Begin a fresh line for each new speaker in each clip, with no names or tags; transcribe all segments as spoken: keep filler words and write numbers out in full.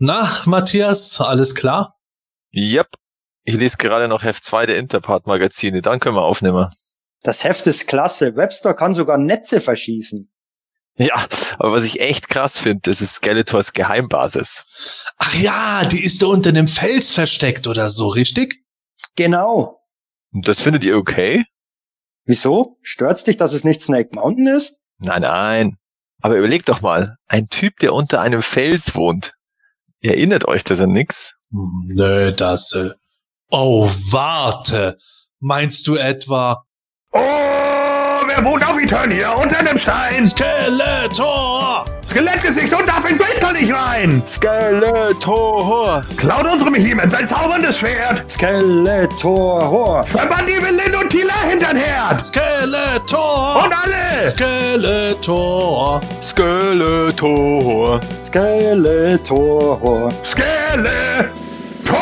Na, Matthias, alles klar?
Yep. Ich lese gerade noch Heft zwei der Interpart-Magazine. Dann können wir aufnehmen.
Das Heft ist klasse. Webster kann sogar Netze verschießen.
Ja, aber was ich echt krass finde, das ist Skeletors Geheimbasis.
Ach ja, die ist da unter einem Fels versteckt oder so, richtig?
Genau.
Und das findet ihr okay?
Wieso? Stört's dich, dass es nicht Snake Mountain ist?
Nein, nein. Aber überlegt doch mal, ein Typ, der unter einem Fels wohnt. Erinnert euch das an nix?
Nö, das... Äh oh, warte. Meinst du etwa...
Oh, wer wohnt auf Eternia unter einem Stein?
Skeletor!
Skelettgesicht und darf in Grayskull nicht rein!
Skeletor!
Klaut unserem He-Man sein zauberndes Schwert!
Skeletor!
Verbannt Evelyn und Tila hintern Herd!
Skeletor!
Und alle!
Skeletor!
Skeletor!
Skeletor!
Skeletor!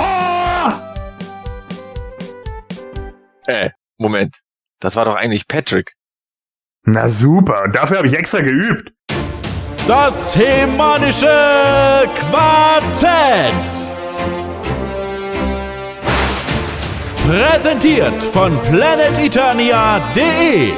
Äh, Moment. Das war doch eigentlich Patrick.
Na super, dafür habe ich extra geübt.
Das Hemanische Quartett. Präsentiert von Planet Eternia punkt de.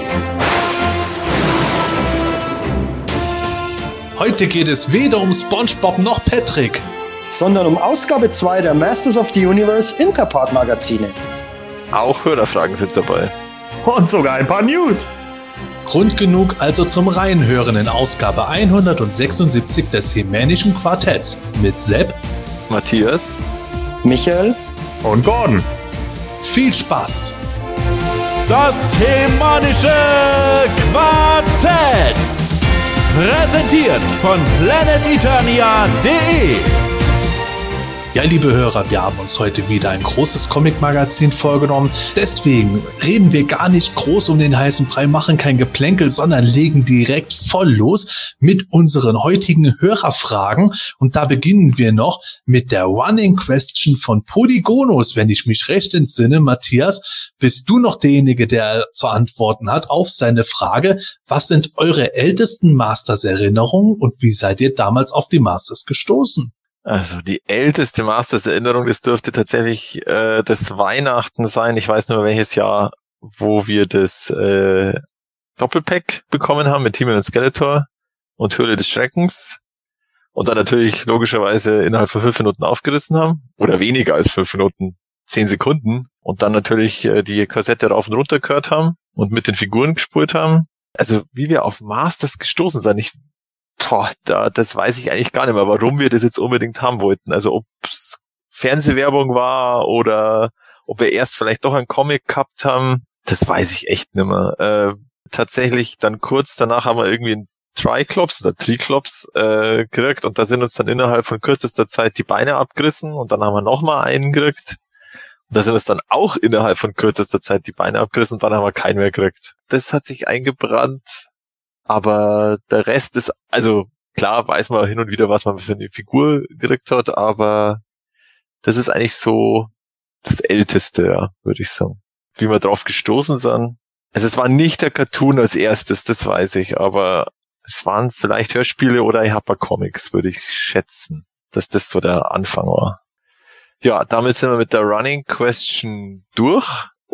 Heute geht es weder um SpongeBob noch Patrick,
sondern um Ausgabe zwei der Masters of the Universe Interpart-Magazine.
Auch Hörerfragen sind dabei.
Und sogar ein paar News.
Grund genug also zum Reinhören in Ausgabe hundertsechsundsiebzig des Hemänischen Quartetts mit Sepp,
Matthias,
Michael
und Gordon.
Viel Spaß!
Das Hemanische Quartett. Präsentiert von Planet Eternia punkt de.
Ja, liebe Hörer, wir haben uns heute wieder ein großes Comic-Magazin vorgenommen. Deswegen reden wir gar nicht groß um den heißen Brei, machen kein Geplänkel, sondern legen direkt voll los mit unseren heutigen Hörerfragen. Und da beginnen wir noch mit der Running Question von Polygonos. Wenn ich mich recht entsinne, Matthias, bist du noch derjenige, der zu antworten hat auf seine Frage, was sind eure ältesten Masters-Erinnerungen und wie seid ihr damals auf die Masters gestoßen?
Also die älteste Masters-Erinnerung, das dürfte tatsächlich äh, das Weihnachten sein. Ich weiß nicht mehr welches Jahr, wo wir das äh, Doppelpack bekommen haben mit He-Man und Skeletor und Höhle des Schreckens. Und dann natürlich logischerweise innerhalb von fünf Minuten aufgerissen haben. Oder weniger als fünf Minuten, zehn Sekunden. Und dann natürlich äh, die Kassette rauf und runter gehört haben und mit den Figuren gespult haben. Also wie wir auf Masters gestoßen sind, ich Boah, da, das weiß ich eigentlich gar nicht mehr, warum wir das jetzt unbedingt haben wollten. Also ob es Fernsehwerbung war oder ob wir erst vielleicht doch einen Comic gehabt haben, das weiß ich echt nicht mehr. Äh, tatsächlich dann kurz danach haben wir irgendwie einen Triclops oder Triclops äh, gekriegt und da sind uns dann innerhalb von kürzester Zeit die Beine abgerissen und dann haben wir nochmal einen gekriegt. Und da sind uns dann auch innerhalb von kürzester Zeit die Beine abgerissen und dann haben wir keinen mehr gekriegt. Das hat sich eingebrannt. Aber der Rest ist, also klar weiß man hin und wieder, was man für eine Figur gekriegt hat, aber das ist eigentlich so das Älteste, ja, würde ich sagen. Wie wir drauf gestoßen sind. Also es war nicht der Cartoon als erstes, das weiß ich, aber es waren vielleicht Hörspiele oder ich habe Comics, würde ich schätzen, dass das so der Anfang war. Ja, damit sind wir mit der Running Question durch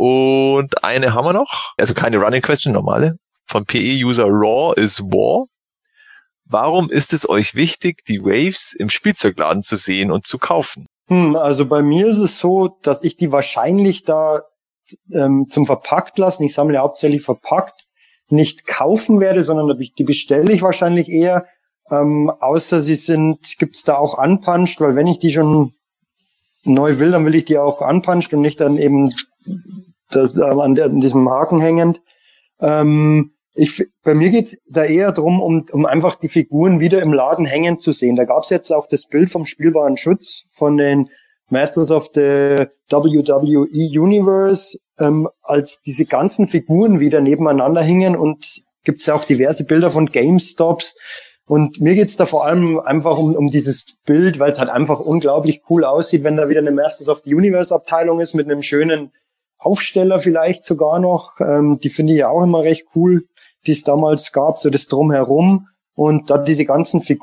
und eine haben wir noch, also keine Running Question, normale. Von P E-User Raw is War. Warum ist es euch wichtig, die Waves im Spielzeugladen zu sehen und zu kaufen?
Hm, also bei mir ist es so, dass ich die wahrscheinlich da ähm, zum verpackt lassen, ich sammle hauptsächlich verpackt, nicht kaufen werde, sondern die bestelle ich wahrscheinlich eher, ähm, außer sie sind, gibt's da auch unpunched, weil wenn ich die schon neu will, dann will ich die auch unpunched und nicht dann eben das, äh, an, der, an diesem Haken hängend. Ähm, Ich, bei mir geht's da eher drum, um, um einfach die Figuren wieder im Laden hängen zu sehen. Da gab's jetzt auch das Bild vom Spielwarenschutz von den Masters of the W W E Universe, ähm, als diese ganzen Figuren wieder nebeneinander hingen und gibt's ja auch diverse Bilder von GameStops. Und mir geht's da vor allem einfach um, um dieses Bild, weil es halt einfach unglaublich cool aussieht, wenn da wieder eine Masters of the Universe Abteilung ist mit einem schönen Aufsteller vielleicht sogar noch. Ähm, die finde ich ja auch immer recht cool, die es damals gab, so das Drumherum und da diese ganzen Figuren.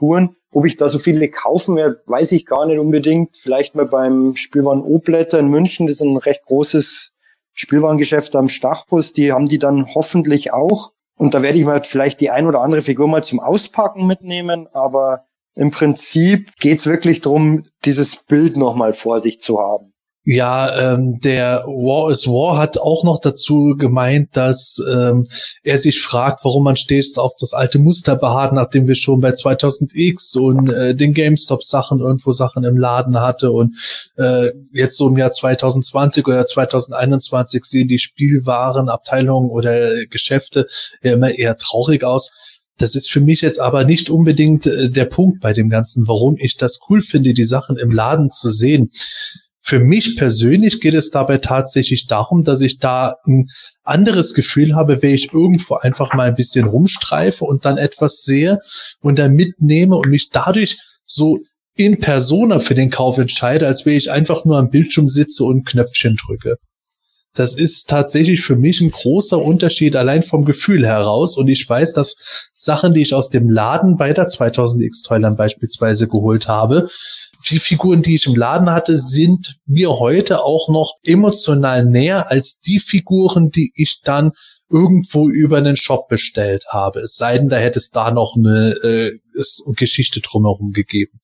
Ob ich da so viele kaufen werde, weiß ich gar nicht unbedingt. Vielleicht mal beim Spielwaren O-Blätter in München, das ist ein recht großes Spielwarengeschäft am Stachbus, die haben die dann hoffentlich auch. Und da werde ich mal vielleicht die ein oder andere Figur mal zum Auspacken mitnehmen, aber im Prinzip geht's wirklich darum, dieses Bild nochmal vor sich zu haben.
Ja, ähm, der War is War hat auch noch dazu gemeint, dass ähm, er sich fragt, warum man stets auf das alte Muster beharrt, nachdem wir schon bei zweitausend X und äh, den GameStop-Sachen irgendwo Sachen im Laden hatte und äh, jetzt so im Jahr zwanzig zwanzig oder zwanzig einundzwanzig sehen die Spielwarenabteilungen oder Geschäfte ja immer eher traurig aus. Das ist für mich jetzt aber nicht unbedingt äh, der Punkt bei dem Ganzen, warum ich das cool finde, die Sachen im Laden zu sehen. Für mich persönlich geht es dabei tatsächlich darum, dass ich da ein anderes Gefühl habe, wenn ich irgendwo einfach mal ein bisschen rumstreife und dann etwas sehe und dann mitnehme und mich dadurch so in Persona für den Kauf entscheide, als wenn ich einfach nur am Bildschirm sitze und ein Knöpfchen drücke. Das ist tatsächlich für mich ein großer Unterschied allein vom Gefühl heraus und ich weiß, dass Sachen, die ich aus dem Laden bei der zweitausend X-Toylern beispielsweise geholt habe, die Figuren, die ich im Laden hatte, sind mir heute auch noch emotional näher als die Figuren, die ich dann irgendwo über einen Shop bestellt habe. Es sei denn, da hätte es da noch eine äh, Geschichte drumherum gegeben.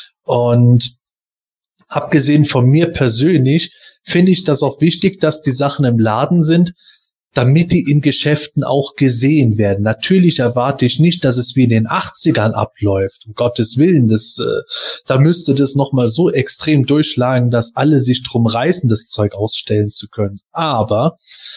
Und abgesehen von mir persönlich finde ich das auch wichtig, dass die Sachen im Laden sind, damit die in Geschäften auch gesehen werden. Natürlich erwarte ich nicht, dass es wie in den achtzigern abläuft. Um Gottes Willen, das, äh, da müsste das nochmal so extrem durchschlagen, dass alle sich drum reißen, das Zeug ausstellen zu können. Aber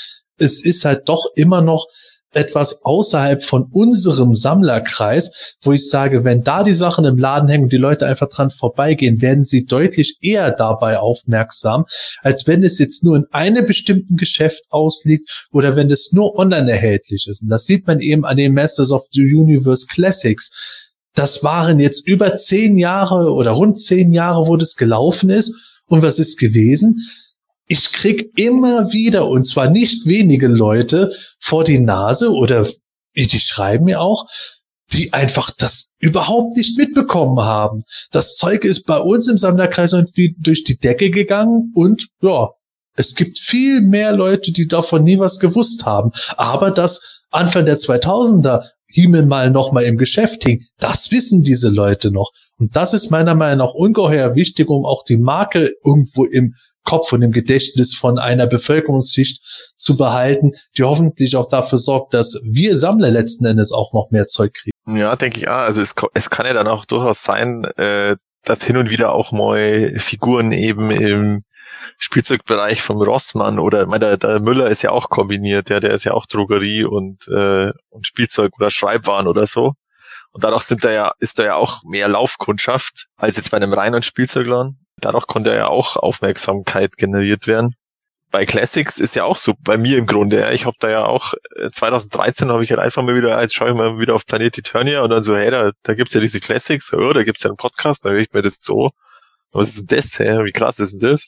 es ist halt doch immer noch etwas außerhalb von unserem Sammlerkreis, wo ich sage, wenn da die Sachen im Laden hängen und die Leute einfach dran vorbeigehen, werden sie deutlich eher dabei aufmerksam, als wenn es jetzt nur in einem bestimmten Geschäft ausliegt oder wenn es nur online erhältlich ist. Und das sieht man eben an den Masters of the Universe Classics. Das waren jetzt über zehn Jahre oder rund zehn Jahre, wo das gelaufen ist. Und was ist gewesen? Ich krieg immer wieder, und zwar nicht wenige Leute, vor die Nase oder die schreiben mir auch, die einfach das überhaupt nicht mitbekommen haben. Das Zeug ist bei uns im Sammlerkreis irgendwie durch die Decke gegangen und ja, es gibt viel mehr Leute, die davon nie was gewusst haben. Aber das Anfang der zweitausender Himmel mal noch mal im Geschäft hing, das wissen diese Leute noch. Und das ist meiner Meinung nach ungeheuer wichtig, um auch die Marke irgendwo im Kopf und im Gedächtnis von einer Bevölkerungsschicht zu behalten, die hoffentlich auch dafür sorgt, dass wir Sammler letzten Endes auch noch mehr Zeug kriegen.
Ja, denke ich auch. Also es, es kann ja dann auch durchaus sein, äh, dass hin und wieder auch mal Figuren eben im Spielzeugbereich vom Rossmann oder, ich meine, der, der Müller ist ja auch kombiniert, ja, der ist ja auch Drogerie und, äh, und Spielzeug oder Schreibwaren oder so. Und dadurch sind da ja, ist da ja auch mehr Laufkundschaft als jetzt bei einem reinen Spielzeugladen. Dadurch konnte ja auch Aufmerksamkeit generiert werden. Bei Classics ist ja auch so, bei mir im Grunde. Ja. Ich habe da ja auch, zwanzig dreizehn habe ich halt einfach mal wieder, jetzt schaue ich mal wieder auf Planet Eternia und dann so, hey, da, da gibt's ja diese Classics, oh, da gibt's ja einen Podcast, da höre ich mir das so. Was ist denn das? Hä? Wie krass ist denn das?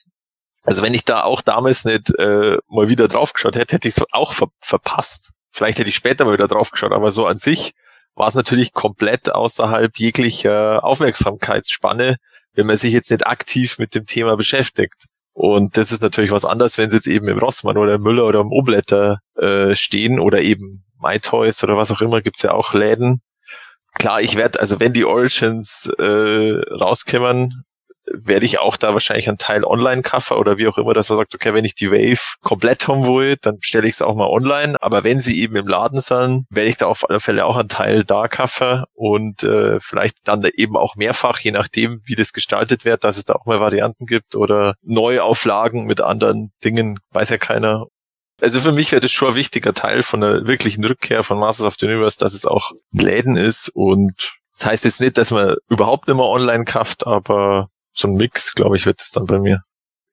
Also wenn ich da auch damals nicht äh, mal wieder draufgeschaut hätte, hätte ich es auch ver- verpasst. Vielleicht hätte ich später mal wieder draufgeschaut, aber so an sich war es natürlich komplett außerhalb jeglicher Aufmerksamkeitsspanne, wenn man sich jetzt nicht aktiv mit dem Thema beschäftigt. Und das ist natürlich was anderes, wenn sie jetzt eben im Rossmann oder im Müller oder im O-Blätter äh, stehen oder eben MyToys oder was auch immer, gibt's ja auch Läden. Klar, ich werde, also wenn die Origins äh, rauskommen, werde ich auch da wahrscheinlich einen Teil online kaufen oder wie auch immer, dass man sagt, okay, wenn ich die Wave komplett haben will, dann bestelle ich es auch mal online. Aber wenn sie eben im Laden sind, werde ich da auf alle Fälle auch einen Teil da kaufen und äh, vielleicht dann da eben auch mehrfach, je nachdem, wie das gestaltet wird, dass es da auch mal Varianten gibt oder Neuauflagen mit anderen Dingen, weiß ja keiner. Also für mich wäre das schon ein wichtiger Teil von der wirklichen Rückkehr von Masters of the Universe, dass es auch in Läden ist. Und das heißt jetzt nicht, dass man überhaupt nicht mehr online kauft, aber so ein Mix, glaube ich, wird es dann bei mir.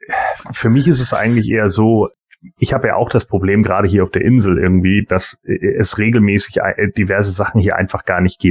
Für mich ist es eigentlich eher so, ich habe ja auch das Problem, gerade hier auf der Insel irgendwie, dass es regelmäßig diverse Sachen hier einfach gar nicht gibt.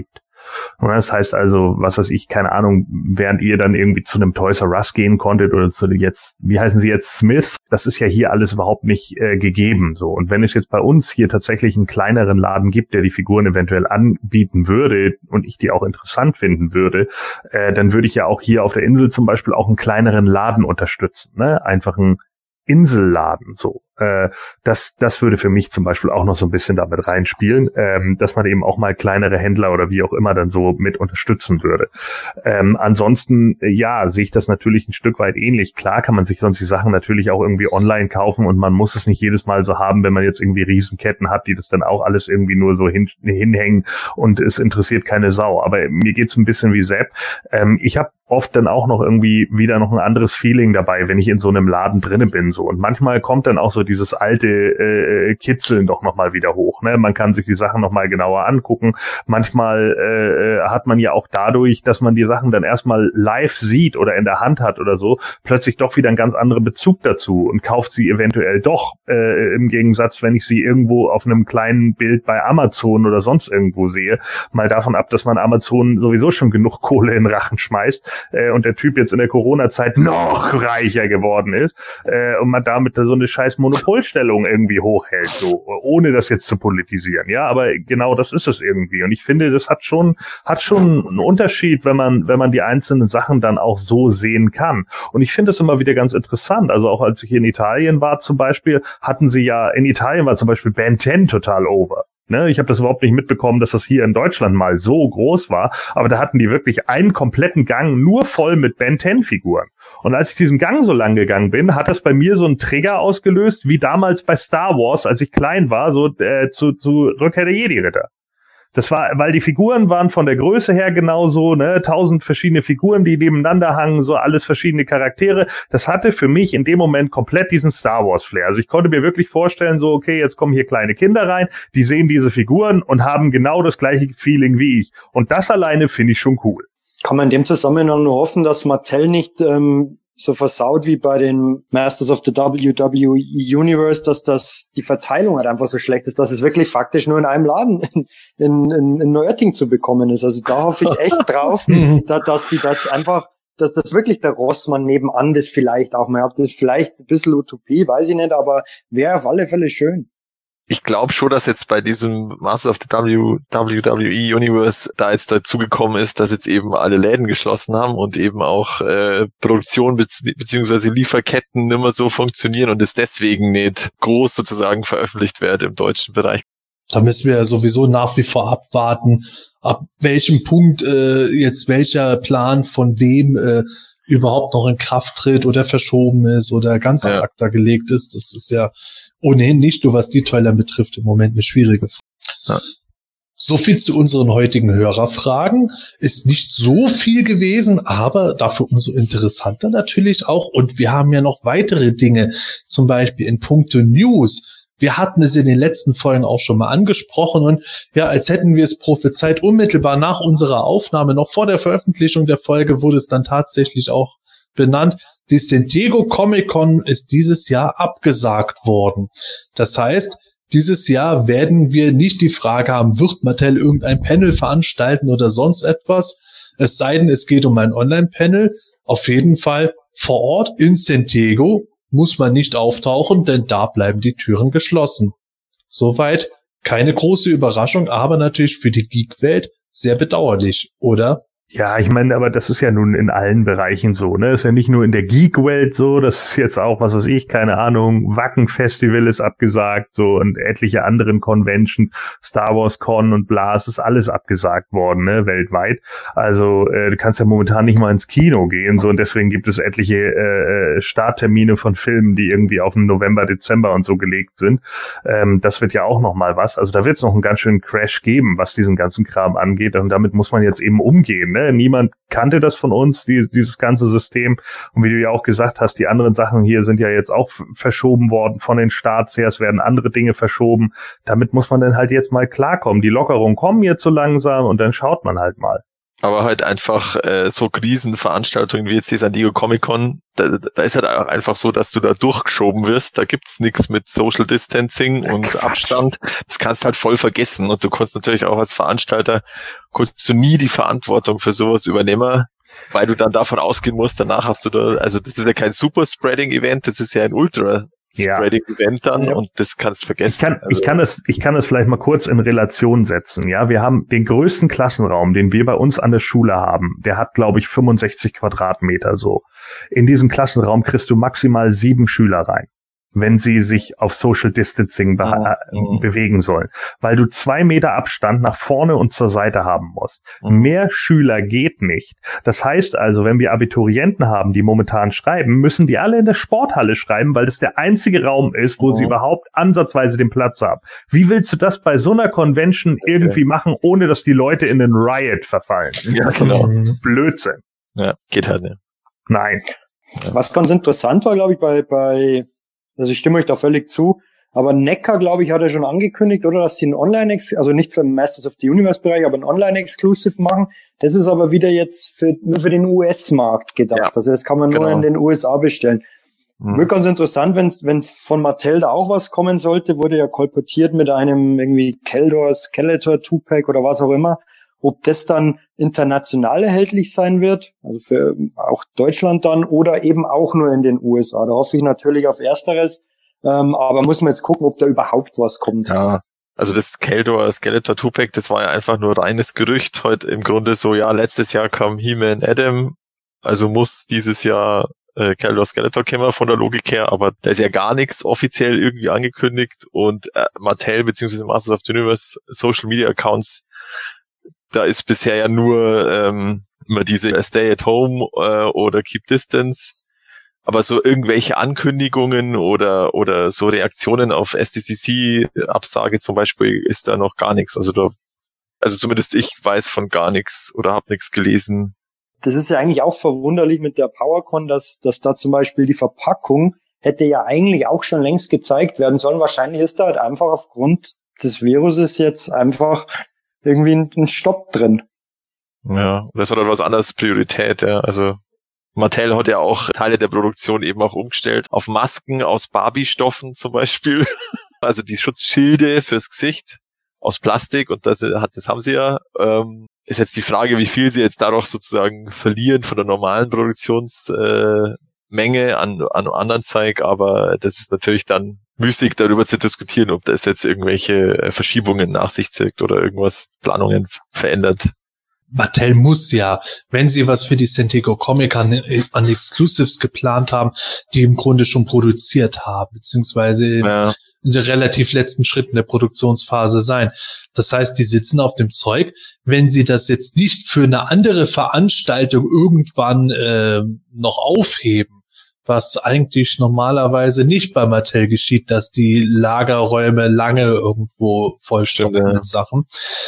Und das heißt also, was weiß ich, keine Ahnung, während ihr dann irgendwie zu einem Toys R Us gehen konntet oder zu jetzt, wie heißen sie jetzt, Smith, das ist ja hier alles überhaupt nicht äh, gegeben. So. Und wenn es jetzt bei uns hier tatsächlich einen kleineren Laden gibt, der die Figuren eventuell anbieten würde und ich die auch interessant finden würde, äh, dann würde ich ja auch hier auf der Insel zum Beispiel auch einen kleineren Laden unterstützen, ne? Einfach einen Inselladen, so. Äh, das, das würde für mich zum Beispiel auch noch so ein bisschen damit reinspielen, ähm, dass man eben auch mal kleinere Händler oder wie auch immer dann so mit unterstützen würde. Ähm, ansonsten, äh, ja, sehe ich das natürlich ein Stück weit ähnlich. Klar kann man sich sonst die Sachen natürlich auch irgendwie online kaufen und man muss es nicht jedes Mal so haben, wenn man jetzt irgendwie Riesenketten hat, die das dann auch alles irgendwie nur so hin, hinhängen und es interessiert keine Sau. Aber mir geht's ein bisschen wie Sepp. Ähm, ich habe oft dann auch noch irgendwie wieder noch ein anderes Feeling dabei, wenn ich in so einem Laden drinne bin, so. Und manchmal kommt dann auch so dieses alte äh, Kitzeln doch nochmal wieder hoch, ne? Man kann sich die Sachen nochmal genauer angucken. Manchmal äh, hat man ja auch dadurch, dass man die Sachen dann erstmal live sieht oder in der Hand hat oder so, plötzlich doch wieder einen ganz anderen Bezug dazu und kauft sie eventuell doch, äh, im Gegensatz, wenn ich sie irgendwo auf einem kleinen Bild bei Amazon oder sonst irgendwo sehe. Mal davon ab, dass man Amazon sowieso schon genug Kohle in den Rachen schmeißt äh, und der Typ jetzt in der Corona-Zeit noch reicher geworden ist äh, und man damit so eine scheiß Monopolstellung irgendwie hochhält, so, ohne das jetzt zu politisieren, ja, aber genau das ist es irgendwie und ich finde, das hat schon, hat schon einen Unterschied, wenn man, wenn man die einzelnen Sachen dann auch so sehen kann und ich finde es immer wieder ganz interessant, also auch als ich in Italien war zum Beispiel, hatten sie ja, in Italien war zum Beispiel Ben zehn total over. Ne, ich habe das überhaupt nicht mitbekommen, dass das hier in Deutschland mal so groß war, aber da hatten die wirklich einen kompletten Gang nur voll mit Ben zehn Figuren. Und als ich diesen Gang so lang gegangen bin, hat das bei mir so einen Trigger ausgelöst, wie damals bei Star Wars, als ich klein war, so äh, zu, zu Rückkehr der Jedi-Ritter. Das war, weil die Figuren waren von der Größe her genauso, ne, tausend verschiedene Figuren, die nebeneinander hangen, so alles verschiedene Charaktere. Das hatte für mich in dem Moment komplett diesen Star Wars Flair. Also ich konnte mir wirklich vorstellen, so, okay, jetzt kommen hier kleine Kinder rein, die sehen diese Figuren und haben genau das gleiche Feeling wie ich. Und das alleine finde ich schon cool.
Kann man in dem Zusammenhang nur hoffen, dass Mattel nicht ähm, so versaut wie bei den Masters of the W W E Universe, dass das die Verteilung halt einfach so schlecht ist, dass es wirklich faktisch nur in einem Laden in, in, in, in Neuötting zu bekommen ist. Also da hoffe ich echt drauf, da, dass sie das einfach, dass das wirklich der Rossmann nebenan das vielleicht auch mal hat. Das ist vielleicht ein bisschen Utopie, weiß ich nicht, aber wäre auf alle Fälle schön.
Ich glaube schon, dass jetzt bei diesem Masters of the W W E Universe da jetzt dazugekommen ist, dass jetzt eben alle Läden geschlossen haben und eben auch äh, Produktion be- beziehungsweise Lieferketten nicht mehr so funktionieren und es deswegen nicht groß sozusagen veröffentlicht wird im deutschen Bereich.
Da müssen wir ja sowieso nach wie vor abwarten, ab welchem Punkt äh, jetzt welcher Plan von wem äh, überhaupt noch in Kraft tritt oder verschoben ist oder ganz ad acta gelegt ist. Das ist ja ohnehin nicht nur, was die Toyland betrifft, im Moment eine schwierige Frage. Ja. So viel zu unseren heutigen Hörerfragen. Ist nicht so viel gewesen, aber dafür umso interessanter natürlich auch. Und wir haben ja noch weitere Dinge, zum Beispiel in puncto News. Wir hatten es in den letzten Folgen auch schon mal angesprochen und ja, als hätten wir es prophezeit, unmittelbar nach unserer Aufnahme, noch vor der Veröffentlichung der Folge, wurde es dann tatsächlich auch benannt. Die San Diego Comic Con ist dieses Jahr abgesagt worden. Das heißt, dieses Jahr werden wir nicht die Frage haben, wird Mattel irgendein Panel veranstalten oder sonst etwas, es sei denn, es geht um ein Online-Panel. Auf jeden Fall vor Ort in San Diego muss man nicht auftauchen, denn da bleiben die Türen geschlossen. Soweit keine große Überraschung, aber natürlich für die Geek-Welt sehr bedauerlich, oder?
Ja, ich meine, aber das ist ja nun in allen Bereichen so, ne? Ist ja nicht nur in der Geek-Welt so, das ist jetzt auch, was weiß ich, keine Ahnung, Wacken-Festival ist abgesagt, so, und etliche anderen Conventions, Star Wars Con und bla, es ist alles abgesagt worden, ne, weltweit. Also, äh, du kannst ja momentan nicht mal ins Kino gehen, so, und deswegen gibt es etliche äh, Starttermine von Filmen, die irgendwie auf den November, Dezember und so gelegt sind. Ähm, das wird ja auch noch mal was. Also, da wird es noch einen ganz schönen Crash geben, was diesen ganzen Kram angeht, und damit muss man jetzt eben umgehen, ne? Niemand kannte das von uns, die, dieses ganze System. Und wie du ja auch gesagt hast, die anderen Sachen hier sind ja jetzt auch f- verschoben worden von den Starts her. Es werden andere Dinge verschoben. Damit muss man dann halt jetzt mal klarkommen. Die Lockerungen kommen jetzt so langsam und dann schaut man halt mal.
Aber halt einfach äh, so Riesenveranstaltungen wie jetzt die San Diego Comic Con, da, da ist halt auch einfach so, dass du da durchgeschoben wirst. Da gibt's nichts mit Social Distancing und Quatsch. Abstand. Das kannst du halt voll vergessen. Und du kannst natürlich auch als Veranstalter, kannst du nie die Verantwortung für sowas übernehmen, weil du dann davon ausgehen musst, danach hast du da, also das ist ja kein Super-Spreading-Event, das ist ja ein Ultra- Spreading-Event dann, ja. Und das kannst du vergessen.
Ich kann,
also.
ich kann es, ich kann es vielleicht mal kurz in Relation setzen. Ja, wir haben den größten Klassenraum, den wir bei uns an der Schule haben. Der hat, glaube ich, fünfundsechzig Quadratmeter so. In diesen Klassenraum kriegst du maximal sieben Schüler rein, wenn sie sich auf Social Distancing beha- mhm. bewegen sollen. Weil du zwei Meter Abstand nach vorne und zur Seite haben musst. Mhm. Mehr Schüler geht nicht. Das heißt also, wenn wir Abiturienten haben, die momentan schreiben, müssen die alle in der Sporthalle schreiben, weil das der einzige Raum ist, wo mhm. sie überhaupt ansatzweise den Platz haben. Wie willst du das bei so einer Convention okay. irgendwie machen, ohne dass die Leute in den Riot verfallen?
Ja,
das
genau.
ist Blödsinn.
Ja, geht halt nicht.
Nein.
Was ganz interessant war, glaube ich, bei, bei Also ich stimme euch da völlig zu. Aber Neckar, glaube ich, hat ja schon angekündigt, oder, dass sie ein Online, also nicht für den Masters of the Universe Bereich, aber ein Online-Exclusive machen. Das ist aber wieder jetzt für, nur für den U S-Markt gedacht. Ja, also das kann man genau. nur in den U S A bestellen. Mhm. Wird ganz interessant, wenn wenn von Mattel da auch was kommen sollte, wurde ja kolportiert mit einem irgendwie Keldor, Skeletor, Two-Pack oder was auch immer. Ob das dann international erhältlich sein wird, also für auch Deutschland dann, oder eben auch nur in den U S A. Da hoffe ich natürlich auf Ersteres. Ähm, aber muss man jetzt gucken, ob da überhaupt was kommt.
Ja, also das Keldor, Skeletor Two-Pack, das war ja einfach nur reines Gerücht. Heute im Grunde so, ja, letztes Jahr kam He-Man Adam, also muss dieses Jahr äh, Keldor Skeletor kommen von der Logik her, aber da ist ja gar nichts offiziell irgendwie angekündigt. Und äh, Mattel bzw. Masters of the Universe Social Media Accounts, da ist bisher ja nur ähm, immer diese Stay at Home äh, oder Keep Distance. Aber so irgendwelche Ankündigungen oder oder so Reaktionen auf S D C C-Absage zum Beispiel ist da noch gar nichts. Also da, also zumindest ich weiß von gar nichts oder habe nichts gelesen.
Das ist ja eigentlich auch verwunderlich mit der PowerCon, dass dass da zum Beispiel die Verpackung hätte ja eigentlich auch schon längst gezeigt werden sollen. Wahrscheinlich ist da halt einfach aufgrund des Viruses jetzt einfach irgendwie ein, ein Stopp drin.
Ja, das hat halt was anderes Priorität, ja. Also Mattel hat ja auch Teile der Produktion eben auch umgestellt auf Masken aus Barbie-Stoffen zum Beispiel. Also die Schutzschilde fürs Gesicht aus Plastik, und das hat, das haben sie ja. Ähm, ist jetzt die Frage, wie viel sie jetzt dadurch sozusagen verlieren von der normalen Produktionsmenge äh, an, an anderen Zeug, aber das ist natürlich dann müßig, darüber zu diskutieren, ob das jetzt irgendwelche Verschiebungen nach sich zieht oder irgendwas Planungen verändert.
Mattel muss ja, wenn sie was für die San Diego Comic an, an Exclusives geplant haben, die im Grunde schon produziert haben, beziehungsweise ja. in den relativ letzten Schritten der Produktionsphase sein. Das heißt, die sitzen auf dem Zeug. Wenn sie das jetzt nicht für eine andere Veranstaltung irgendwann äh, noch aufheben, was eigentlich normalerweise nicht bei Mattel geschieht, dass die Lagerräume lange irgendwo vollstoppen ja. mit Sachen,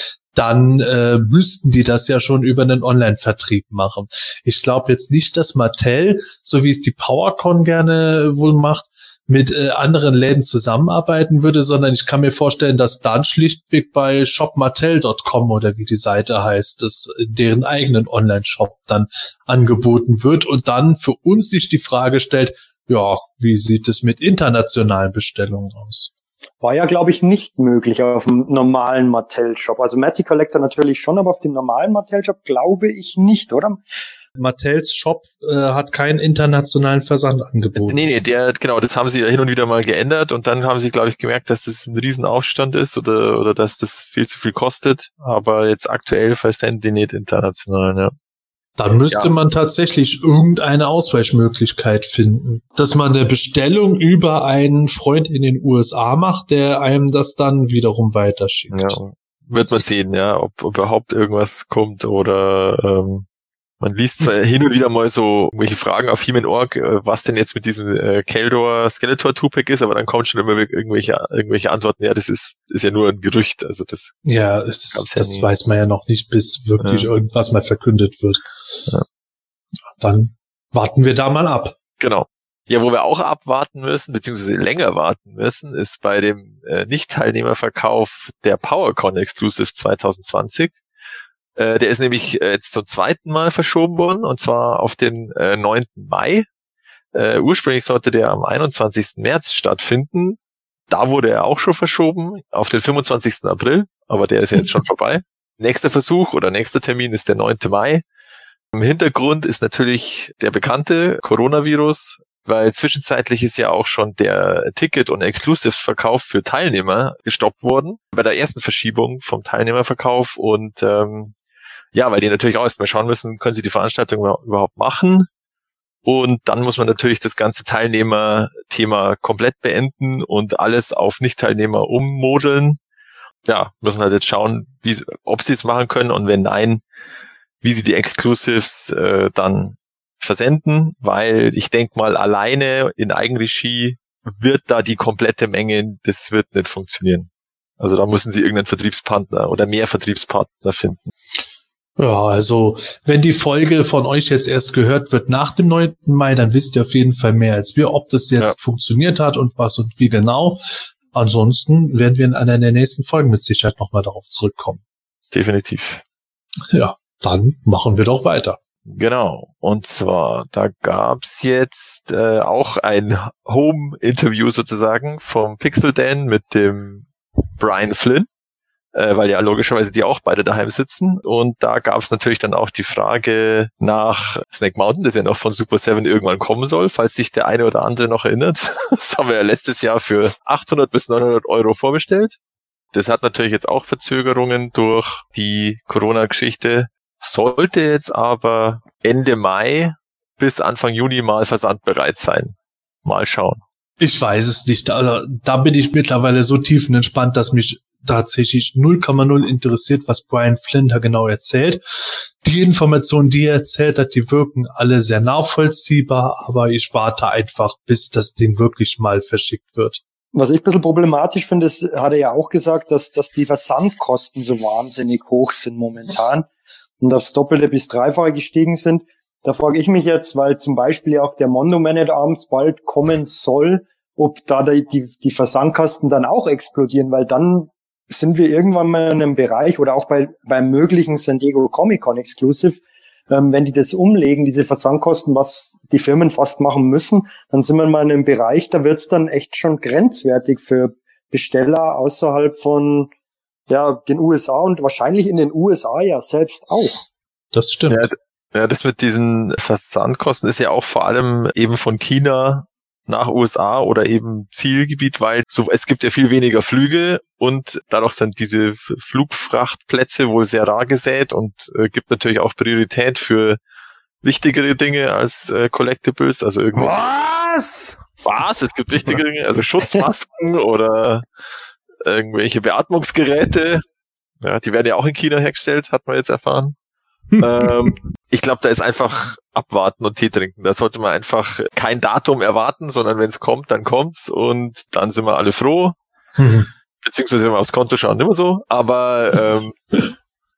dann äh, müssten die das ja schon über einen Online-Vertrieb machen. Ich glaube jetzt nicht, dass Mattel, so wie es die PowerCon gerne wohl macht, mit äh, anderen Läden zusammenarbeiten würde, sondern ich kann mir vorstellen, dass dann schlichtweg bei shop mattel dot com oder wie die Seite heißt, das deren eigenen Online-Shop dann angeboten wird und dann für uns sich die Frage stellt, ja, wie sieht es mit internationalen Bestellungen aus?
War ja, glaube ich, nicht möglich auf dem normalen Mattel-Shop. Also Matty Collector natürlich schon, aber auf dem normalen Mattel-Shop glaube ich nicht, oder?
Mattels Shop äh, hat keinen internationalen Versand angeboten.
Nee, nee, der, genau, das haben sie ja hin und wieder mal geändert und dann haben sie, glaube ich, gemerkt, dass das ein Riesenaufstand ist oder oder dass das viel zu viel kostet. Aber jetzt aktuell versenden die nicht international, ja.
Da müsste ja. man tatsächlich irgendeine Ausweichmöglichkeit finden. Dass man eine Bestellung über einen Freund in den U S A macht, der einem das dann wiederum weiterschickt.
Ja, wird man sehen, ja, ob, ob überhaupt irgendwas kommt oder ähm, man liest zwar hin und wieder mal so irgendwelche Fragen auf He-Man Punkt org, was denn jetzt mit diesem äh, Keldor Skeletor Two-Pack ist, aber dann kommen schon immer irgendwelche irgendwelche Antworten, ja, das ist ist ja nur ein Gerücht, also das
Ja, es, das ja weiß man ja noch nicht, bis wirklich ja. irgendwas mal verkündet wird. Ja. Dann warten wir da mal ab.
Genau. Ja, wo wir auch abwarten müssen, beziehungsweise länger warten müssen, ist bei dem äh, Nicht-Teilnehmerverkauf der PowerCon Exclusive zwanzig zwanzig. Äh, der ist nämlich äh, jetzt zum zweiten Mal verschoben worden, und zwar auf den äh, neunten Mai. Äh, ursprünglich sollte der am einundzwanzigsten März stattfinden. Da wurde er auch schon verschoben auf den fünfundzwanzigsten April, aber der ist ja jetzt schon vorbei. Nächster Versuch oder nächster Termin ist der neunte Mai. Im Hintergrund ist natürlich der bekannte Coronavirus, weil zwischenzeitlich ist ja auch schon der Ticket- und Exclusive-Verkauf für Teilnehmer gestoppt worden, bei der ersten Verschiebung vom Teilnehmerverkauf. Und ähm, ja, weil die natürlich auch erstmal schauen müssen, können sie die Veranstaltung überhaupt machen. Und dann muss man natürlich das ganze Teilnehmer-Thema komplett beenden und alles auf Nicht-Teilnehmer ummodeln. Ja, müssen halt jetzt schauen, wie, ob sie es machen können, und wenn nein, wie sie die Exclusives äh, dann versenden, weil ich denke mal, alleine in Eigenregie wird da die komplette Menge, das wird nicht funktionieren. Also da müssen sie irgendeinen Vertriebspartner oder mehr Vertriebspartner finden.
Ja, also wenn die Folge von euch jetzt erst gehört wird nach dem neunten Mai, dann wisst ihr auf jeden Fall mehr als wir, ob das jetzt ja. funktioniert hat und was und wie genau. Ansonsten werden wir in einer der nächsten Folgen mit Sicherheit nochmal darauf zurückkommen.
Definitiv.
Ja, dann machen wir doch weiter.
Genau, und zwar, da gab's jetzt äh, auch ein Home-Interview sozusagen vom Pixel Dan mit dem Brian Flynn, äh, weil ja logischerweise die auch beide daheim sitzen. Und da gab's natürlich dann auch die Frage nach Snake Mountain, das ja noch von Super seven irgendwann kommen soll, falls sich der eine oder andere noch erinnert. Das haben wir ja letztes Jahr für achthundert bis neunhundert Euro vorbestellt. Das hat natürlich jetzt auch Verzögerungen durch die Corona-Geschichte. Sollte jetzt aber Ende Mai bis Anfang Juni mal versandbereit sein. Mal schauen.
Ich weiß es nicht. Also da bin ich mittlerweile so tiefenentspannt, dass mich tatsächlich null Komma null interessiert, was Brian Flynn da genau erzählt. Die Informationen, die er erzählt hat, die wirken alle sehr nachvollziehbar, aber ich warte einfach, bis das Ding wirklich mal verschickt wird.
Was ich ein bisschen problematisch finde, ist, hat er ja auch gesagt, dass, dass die Versandkosten so wahnsinnig hoch sind momentan und aufs Doppelte bis Dreifache gestiegen sind. Da frage ich mich jetzt, weil zum Beispiel ja auch der Mondo Man at Arms bald kommen soll, ob da die, die, die Versandkosten dann auch explodieren, weil dann sind wir irgendwann mal in einem Bereich oder auch bei beim möglichen San Diego Comic Con Exclusive, ähm, wenn die das umlegen, diese Versandkosten, was die Firmen fast machen müssen, dann sind wir mal in einem Bereich, da wird's dann echt schon grenzwertig für Besteller außerhalb von ja den U S A und wahrscheinlich in den U S A ja selbst auch.
Das stimmt.
Ja, ja, das mit diesen Versandkosten ist ja auch vor allem eben von China nach U S A oder eben Zielgebiet, weil so, es gibt ja viel weniger Flüge und dadurch sind diese Flugfrachtplätze wohl sehr rar gesät und äh, gibt natürlich auch Priorität für wichtigere Dinge als äh, Collectibles, also irgendwie.
Was?
Was? Es gibt wichtigere Dinge, also Schutzmasken oder irgendwelche Beatmungsgeräte. Ja, die werden ja auch in China hergestellt, hat man jetzt erfahren. ähm, ich glaube, da ist einfach abwarten und Tee trinken. Da sollte man einfach kein Datum erwarten, sondern wenn es kommt, dann kommt's und dann sind wir alle froh. Mhm. Beziehungsweise wenn wir aufs Konto schauen, immer so. Aber ähm,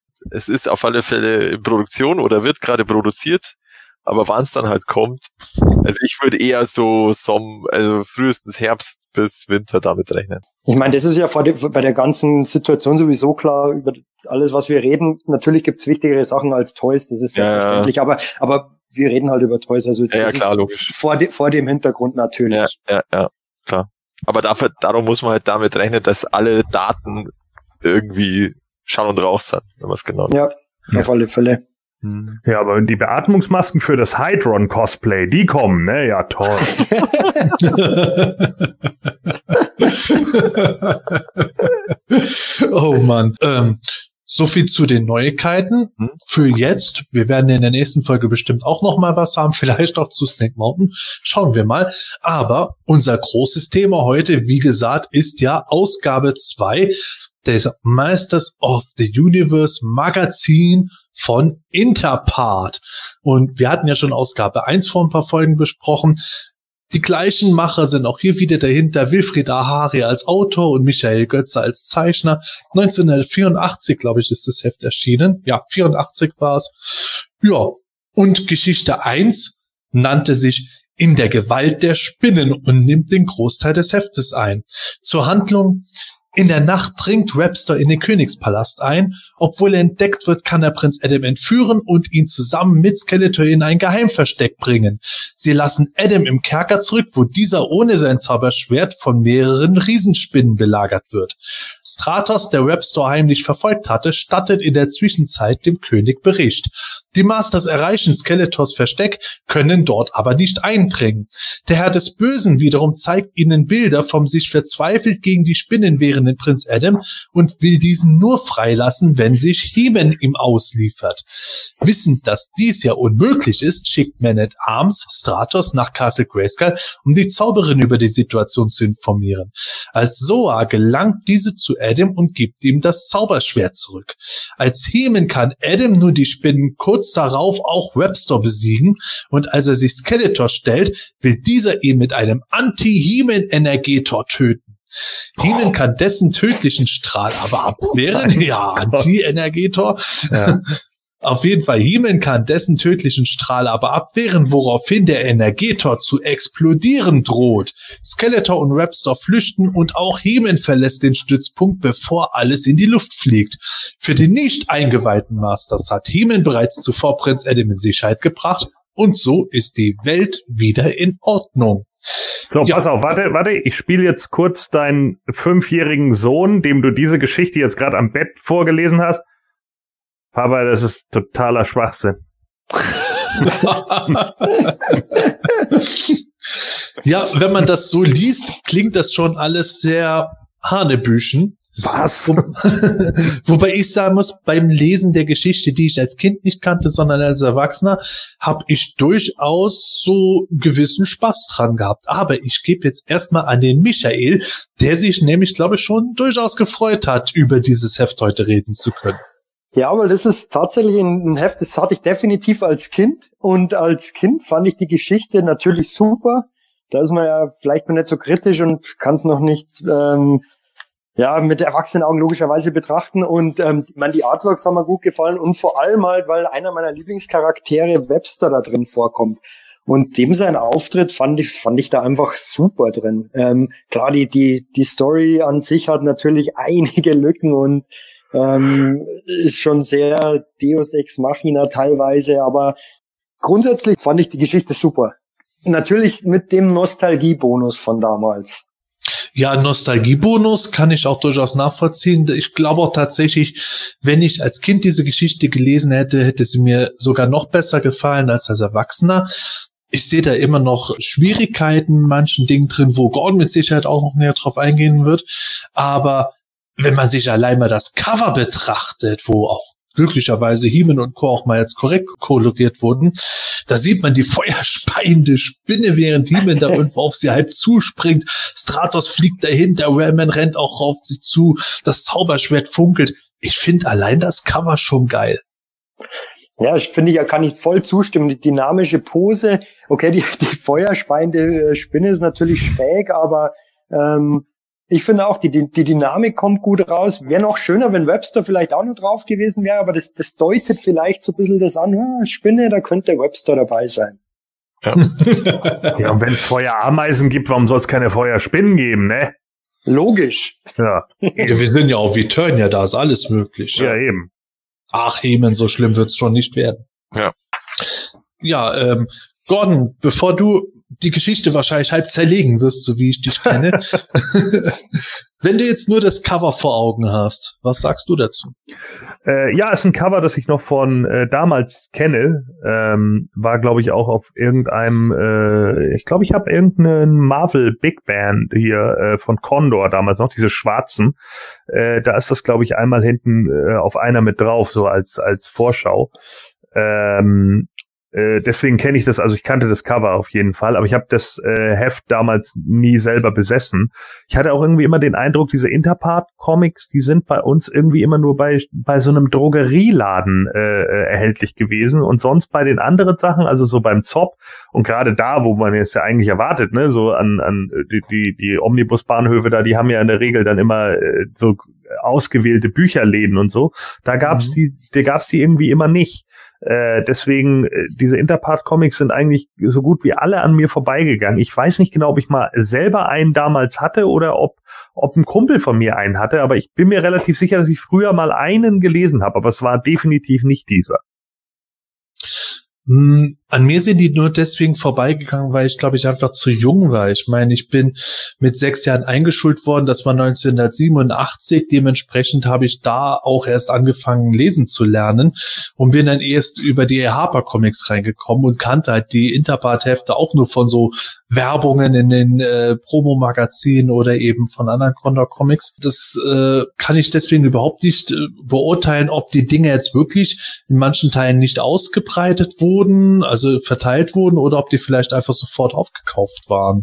es ist auf alle Fälle in Produktion oder wird gerade produziert. Aber wann es dann halt kommt, also ich würde eher so Som, also frühestens Herbst bis Winter damit rechnen.
Ich meine, das ist ja vor de, bei der ganzen Situation sowieso klar, über alles, was wir reden. Natürlich gibt's wichtigere Sachen als Toys, das ist selbstverständlich, ja. aber aber wir reden halt über Toys, also
ja,
das
ja, klar,
ist
logisch.
Vor, de, vor dem Hintergrund natürlich.
Ja, ja, ja, klar. Aber dafür, darum muss man halt damit rechnen, dass alle Daten irgendwie Schall und Rauch sind, wenn man es genau
Ja,
ja,
auf alle Fälle.
Ja, aber die Beatmungsmasken für das Hydron-Cosplay, die kommen, ne? Ja, toll.
Oh Mann. Ähm, so viel zu den Neuigkeiten hm? für jetzt. Wir werden in der nächsten Folge bestimmt auch noch mal was haben, vielleicht auch zu Snake Mountain. Schauen wir mal. Aber unser großes Thema heute, wie gesagt, ist ja Ausgabe zwei des Masters of the Universe Magazin von Interpart. Und wir hatten ja schon Ausgabe eins vor ein paar Folgen besprochen. Die gleichen Macher sind auch hier wieder dahinter. Wilfried Ahari als Autor und Michael Götze als Zeichner. neunzehnhundertvierundachtzig, glaube ich, ist das Heft erschienen. Ja, vierundachtzig war es. Ja, und Geschichte eins nannte sich In der Gewalt der Spinnen und nimmt den Großteil des Heftes ein. Zur Handlung: In der Nacht dringt Webster in den Königspalast ein. Obwohl er entdeckt wird, kann er Prinz Adam entführen und ihn zusammen mit Skeletor in ein Geheimversteck bringen. Sie lassen Adam im Kerker zurück, wo dieser ohne sein Zauberschwert von mehreren Riesenspinnen belagert wird. Stratos, der Webster heimlich verfolgt hatte, stattet in der Zwischenzeit dem König Bericht. Die Masters erreichen Skeletors Versteck, können dort aber nicht eindringen. Der Herr des Bösen wiederum zeigt ihnen Bilder vom sich verzweifelt gegen die Spinnen wehrenden Prinz Adam und will diesen nur freilassen, wenn sich He-Man ihm ausliefert. Wissend, dass dies ja unmöglich ist, schickt Man at Arms Stratos nach Castle Grayskull, um die Zauberin über die Situation zu informieren. Als Zoa gelangt diese zu Adam und gibt ihm das Zauberschwert zurück. Als He-Man kann Adam nur die Spinnen kurz darauf auch Webster besiegen, und als er sich Skeletor stellt, will dieser ihn mit einem Anti-He-Man-Energetor töten. He-Man kann dessen tödlichen Strahl aber abwehren. Ja, Anti-Energetor. Ja. Auf jeden Fall, He-Man kann dessen tödlichen Strahl aber abwehren, woraufhin der Energetor zu explodieren droht. Skeletor und Webster flüchten und auch He-Man verlässt den Stützpunkt, bevor alles in die Luft fliegt. Für die nicht eingeweihten Masters hat He-Man bereits zuvor Prinz Adam in Sicherheit gebracht und so ist die Welt wieder in Ordnung.
So, ja. Pass auf, warte, warte, ich spiele jetzt kurz deinen fünfjährigen Sohn, dem du diese Geschichte jetzt gerade am Bett vorgelesen hast. Papa, das ist totaler Schwachsinn.
Ja, wenn man das so liest, klingt das schon alles sehr hanebüchen.
Was?
Wo, wobei ich sagen muss, beim Lesen der Geschichte, die ich als Kind nicht kannte, sondern als Erwachsener, habe ich durchaus so gewissen Spaß dran gehabt. Aber ich gebe jetzt erstmal an den Michael, der sich nämlich, glaube ich, schon durchaus gefreut hat, über dieses Heft heute reden zu können.
Ja, weil das ist tatsächlich ein Heft, das hatte ich definitiv als Kind. Und als Kind fand ich die Geschichte natürlich super. Da ist man ja vielleicht noch nicht so kritisch und kann es noch nicht ähm, ja mit erwachsenen Augen logischerweise betrachten. Und ähm, ich meine, die Artworks haben mir gut gefallen. Und vor allem halt, weil einer meiner Lieblingscharaktere, Webster, da drin vorkommt. Und dem sein Auftritt fand ich fand ich da einfach super drin. Ähm, klar, die die die Story an sich hat natürlich einige Lücken und Ähm, ist schon sehr Deus Ex Machina teilweise, aber grundsätzlich fand ich die Geschichte super. Natürlich mit dem Nostalgiebonus von damals.
Ja, Nostalgiebonus kann ich auch durchaus nachvollziehen. Ich glaube auch tatsächlich, wenn ich als Kind diese Geschichte gelesen hätte, hätte sie mir sogar noch besser gefallen als als Erwachsener. Ich sehe da immer noch Schwierigkeiten in manchen Dingen drin, wo Gordon mit Sicherheit auch noch näher drauf eingehen wird, aber wenn man sich allein mal das Cover betrachtet, wo auch glücklicherweise He-Man und Co. auch mal jetzt korrekt koloriert wurden, da sieht man die feuerspeiende Spinne, während He-Man da irgendwo auf sie halb zuspringt. Stratos fliegt dahin, der Wellman rennt auch auf sie zu, das Zauberschwert funkelt. Ich finde allein das Cover schon geil.
Ja, ich finde, ja, kann ich voll zustimmen. Die dynamische Pose, okay, die, die feuerspeiende Spinne ist natürlich schräg, aber ähm, ich finde auch, die, die, die Dynamik kommt gut raus. Wäre noch schöner, wenn Webster vielleicht auch noch drauf gewesen wäre, aber das, das deutet vielleicht so ein bisschen das an, hm, Spinne, da könnte Webster dabei sein.
Ja, ja, und wenn es Feuerameisen gibt, warum soll es keine Feuerspinnen geben, ne?
Logisch.
Ja.
Ja, wir sind ja auf Eternia, da ist alles möglich.
Ja, ja eben.
Ach, He-Man, so schlimm wird's schon nicht werden.
Ja.
Ja, ähm, Gordon, bevor du die Geschichte wahrscheinlich halb zerlegen wirst, so wie ich dich kenne. Wenn du jetzt nur das Cover vor Augen hast, was sagst du dazu?
Äh, ja, ist ein Cover, das ich noch von äh, damals kenne. Ähm, war, glaube ich, auch auf irgendeinem, äh, ich glaube, ich habe irgendeinen Marvel Big Band hier äh, von Condor damals noch, diese schwarzen. Äh, da ist das, glaube ich, einmal hinten äh, auf einer mit drauf, so als als Vorschau. Ähm, Äh, deswegen kenne ich das, also ich kannte das Cover auf jeden Fall, aber ich habe das äh, Heft damals nie selber besessen. Ich hatte auch irgendwie immer den Eindruck, diese Interpart-Comics, die sind bei uns irgendwie immer nur bei bei so einem Drogerieladen äh, erhältlich gewesen und sonst bei den anderen Sachen, also so beim Zop und gerade da, wo man jetzt ja eigentlich erwartet, ne, so an an die die, die Omnibusbahnhöfe da, die haben ja in der Regel dann immer äh, so ausgewählte Bücherläden und so. Da gab's mhm. die, da gab's die irgendwie immer nicht. Äh, deswegen, äh, diese Interpart-Comics sind eigentlich so gut wie alle an mir vorbeigegangen. Ich weiß nicht genau, ob ich mal selber einen damals hatte oder ob, ob ein Kumpel von mir einen hatte, aber ich bin mir relativ sicher, dass ich früher mal einen gelesen habe, aber es war definitiv nicht dieser.
An mir sind die nur deswegen vorbeigegangen, weil ich, glaube ich, einfach zu jung war. Ich meine, ich bin mit sechs Jahren eingeschult worden, das war neunzehnhundertsiebenundachtzig. Dementsprechend habe ich da auch erst angefangen, lesen zu lernen und bin dann erst über die Harper Comics reingekommen und kannte halt die Interpart-Hefte auch nur von so Werbungen in den äh, Promo-Magazinen oder eben von anderen Condor Comics. Das äh, kann ich deswegen überhaupt nicht äh, beurteilen, ob die Dinge jetzt wirklich in manchen Teilen nicht ausgebreitet wurden, also verteilt wurden, oder ob die vielleicht einfach sofort aufgekauft waren.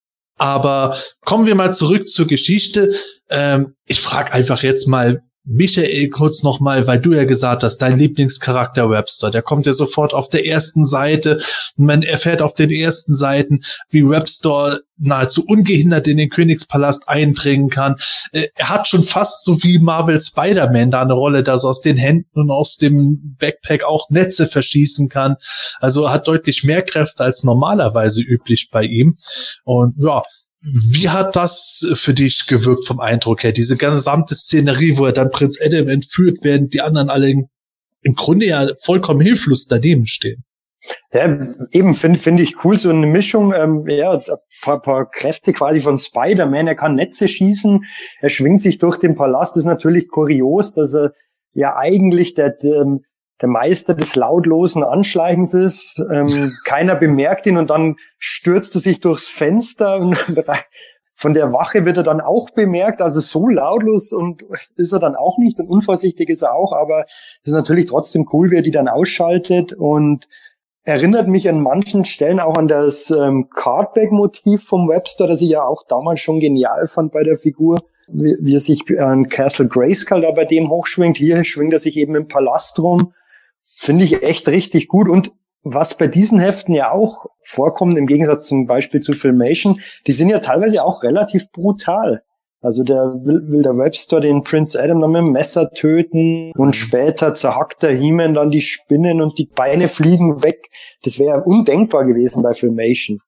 Aber kommen wir mal zurück zur Geschichte. Ähm, ich frage einfach jetzt mal Michael kurz nochmal, weil du ja gesagt hast, dein Lieblingscharakter Webster, der kommt ja sofort auf der ersten Seite. Man erfährt auf den ersten Seiten, wie Webster nahezu ungehindert in den Königspalast eindringen kann. Er hat schon fast so wie Marvel Spider-Man da eine Rolle, dass er aus den Händen und aus dem Backpack auch Netze verschießen kann. Also er hat deutlich mehr Kräfte als normalerweise üblich bei ihm. Und ja, wie hat das für dich gewirkt vom Eindruck her? Diese gesamte Szenerie, wo er dann Prinz Adam entführt, während die anderen alle im Grunde ja vollkommen hilflos daneben stehen.
Ja, eben finde finde ich cool, so eine Mischung, ähm, ja, ein paar, paar Kräfte quasi von Spider-Man. Er kann Netze schießen, er schwingt sich durch den Palast. Das ist natürlich kurios, dass er ja eigentlich der, der der Meister des lautlosen Anschleichens ist. Ähm, keiner bemerkt ihn und dann stürzt er sich durchs Fenster und von der Wache wird er dann auch bemerkt. Also so lautlos und ist er dann auch nicht und unvorsichtig ist er auch, aber es ist natürlich trotzdem cool, wie er die dann ausschaltet und erinnert mich an manchen Stellen auch an das ähm, Cardback-Motiv vom Webster, das ich ja auch damals schon genial fand bei der Figur. Wie, wie er sich an Castle Grayskull da bei dem hochschwingt. Hier schwingt er sich eben im Palast rum. Finde ich echt richtig gut. Und was bei diesen Heften ja auch vorkommt, im Gegensatz zum Beispiel zu Filmation, die sind ja teilweise auch relativ brutal. Also der will, will der Webster den Prince Adam dann mit dem Messer töten und später zerhackt der He-Man dann die Spinnen und die Beine fliegen weg. Das wäre undenkbar gewesen bei Filmation.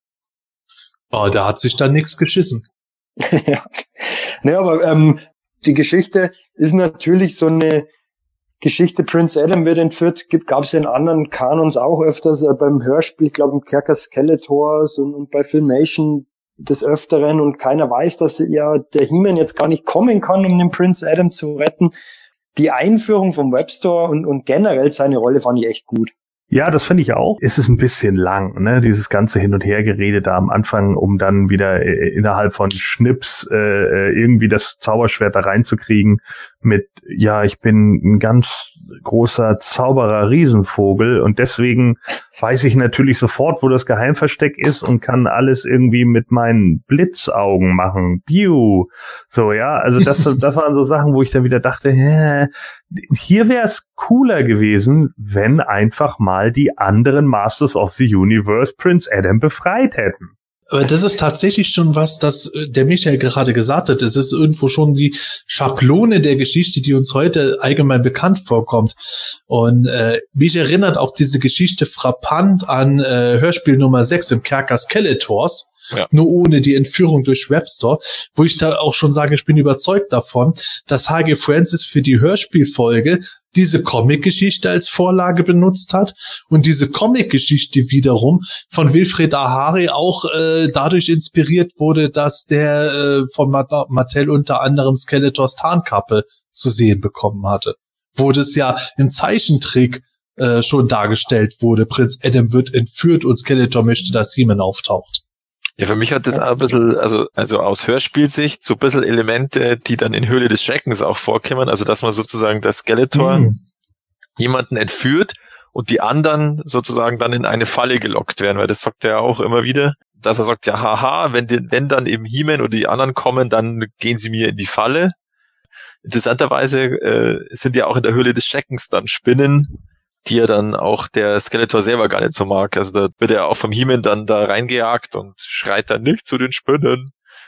Oh, da hat sich dann nichts geschissen.
Ja. Naja, aber ähm, die Geschichte ist natürlich so eine Geschichte, Prince Adam wird entführt, gab es ja in anderen Kanons auch öfters, äh, beim Hörspiel, ich glaube im Kerker Skeletors und, und bei Filmation des Öfteren und keiner weiß, dass ja der He-Man jetzt gar nicht kommen kann, um den Prince Adam zu retten. Die Einführung vom Webster und, und generell seine Rolle fand ich echt gut.
Ja, das finde ich auch. Es ist ein bisschen lang, ne, dieses ganze Hin- und Hergerede da am Anfang, um dann wieder äh, innerhalb von Schnips äh, irgendwie das Zauberschwert da reinzukriegen mit, ja, ich bin ein ganz großer Zauberer Riesenvogel und deswegen weiß ich natürlich sofort, wo das Geheimversteck ist und kann alles irgendwie mit meinen Blitzaugen machen. Piu. So, ja, also das, das waren so Sachen, wo ich dann wieder dachte, hä, hier wäre es cooler gewesen, wenn einfach mal die anderen Masters of the Universe Prince Adam befreit hätten.
Aber das ist tatsächlich schon was, das der Michael gerade gesagt hat. Es ist irgendwo schon die Schablone der Geschichte, die uns heute allgemein bekannt vorkommt. Und äh, mich erinnert auch diese Geschichte frappant an äh, Hörspiel Nummer sechs im Kerker Skeletors. Ja. Nur ohne die Entführung durch Webster, wo ich da auch schon sage, ich bin überzeugt davon, dass H G Francis für die Hörspielfolge diese Comic-Geschichte als Vorlage benutzt hat und diese Comic-Geschichte wiederum von Wilfred Ahari auch äh, dadurch inspiriert wurde, dass der äh, von Mattel unter anderem Skeletors Tarnkappe zu sehen bekommen hatte. Wo das ja im Zeichentrick äh, schon dargestellt wurde, Prinz Adam wird entführt und Skeletor möchte, dass He-Man auftaucht.
Ja, für mich hat das auch ein bisschen, also, also aus Hörspielsicht, so ein bisschen Elemente, die dann in Höhle des Schreckens auch vorkommen, also dass man sozusagen das Skeletor mhm. jemanden entführt und die anderen sozusagen dann in eine Falle gelockt werden, weil das sagt er auch immer wieder, dass er sagt, ja, haha, wenn, die, wenn dann eben He-Man oder die anderen kommen, dann gehen sie mir in die Falle. Interessanterweise äh, sind ja auch in der Höhle des Schreckens dann Spinnen, die ja dann auch der Skeletor selber gar nicht so mag. Also da wird er auch vom He-Man dann da reingejagt und schreit dann nicht zu den Spinnen.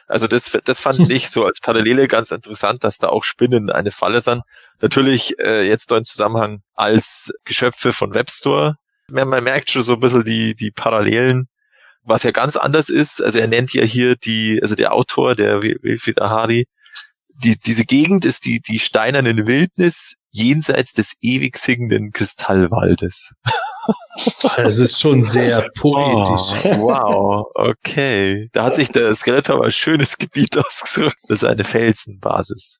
Also das, das fand ich so als Parallele ganz interessant, dass da auch Spinnen eine Falle sind. Natürlich äh, jetzt da im Zusammenhang als Geschöpfe von Webstore. Man, man merkt schon so ein bisschen die, die Parallelen, was ja ganz anders ist. Also er nennt ja hier die, also der Autor, der Wilfried Ahadi, die, diese Gegend ist die, die steinerne Wildnis jenseits des ewig singenden Kristallwaldes.
Es ist schon sehr poetisch.
Oh, wow, okay. Da hat sich der Skeletor mal ein schönes Gebiet ausgesucht. Das ist eine Felsenbasis.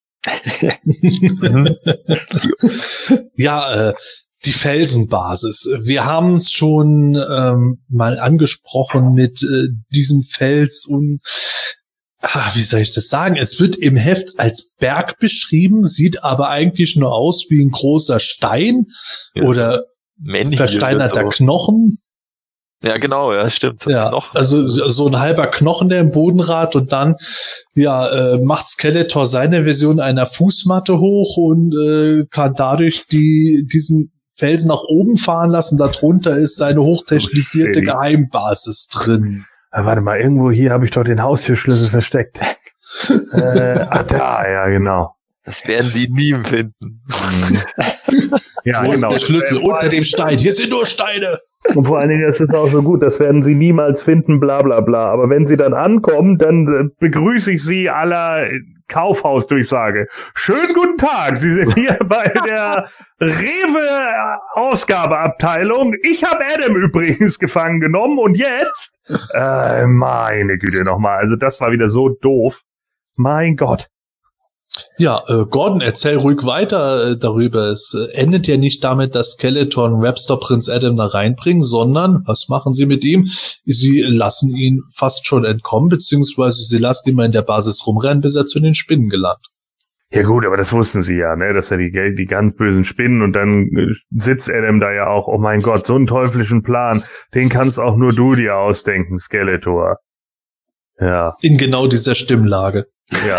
Ja, äh, die Felsenbasis. Wir haben es schon ähm, mal angesprochen mit äh, diesem Fels und ah, wie soll ich das sagen? Es wird im Heft als Berg beschrieben, sieht aber eigentlich nur aus wie ein großer Stein
ja,
oder
Männchen
versteinerter
so.
Knochen.
Ja, genau, ja, stimmt.
Ja,
Knochen.
also so ein halber Knochen, der im Boden ragt und dann ja äh, macht Skeletor seine Version einer Fußmatte hoch und äh, kann dadurch die diesen Felsen nach oben fahren lassen. Darunter ist seine hochtechnisierte
So
Geheimbasis drin.
Ah, warte mal, irgendwo hier habe ich doch den Haustürschlüssel versteckt. äh, ach, da, ja, genau.
Das werden die nie finden.
Ja,
Wo
genau.
ist der Schlüssel? Unter dem Stein. Hier sind nur Steine.
Und vor allen Dingen, das ist auch so gut, das werden sie niemals finden, bla bla bla. Aber wenn sie dann ankommen, dann äh, begrüße ich sie aller Kaufhausdurchsage. Schönen guten Tag, Sie sind hier bei der Rewe-Ausgabeabteilung. Ich habe Adam übrigens gefangen genommen und jetzt, äh, meine Güte nochmal, also das war wieder so doof. Mein Gott.
Ja, äh, Gordon, erzähl ruhig weiter äh, darüber. Es äh, endet ja nicht damit, dass Skeletor und Webster Prinz Adam da reinbringen, sondern was machen sie mit ihm? Sie lassen ihn fast schon entkommen, beziehungsweise sie lassen ihn mal in der Basis rumrennen, bis er zu den Spinnen gelangt.
Ja gut, aber das wussten sie ja, ne, dass er die, die ganz bösen Spinnen und dann äh, sitzt Adam da ja auch, oh mein Gott, so einen teuflischen Plan, den kannst auch nur du dir ausdenken, Skeletor. Ja.
In genau dieser Stimmlage.
Ja.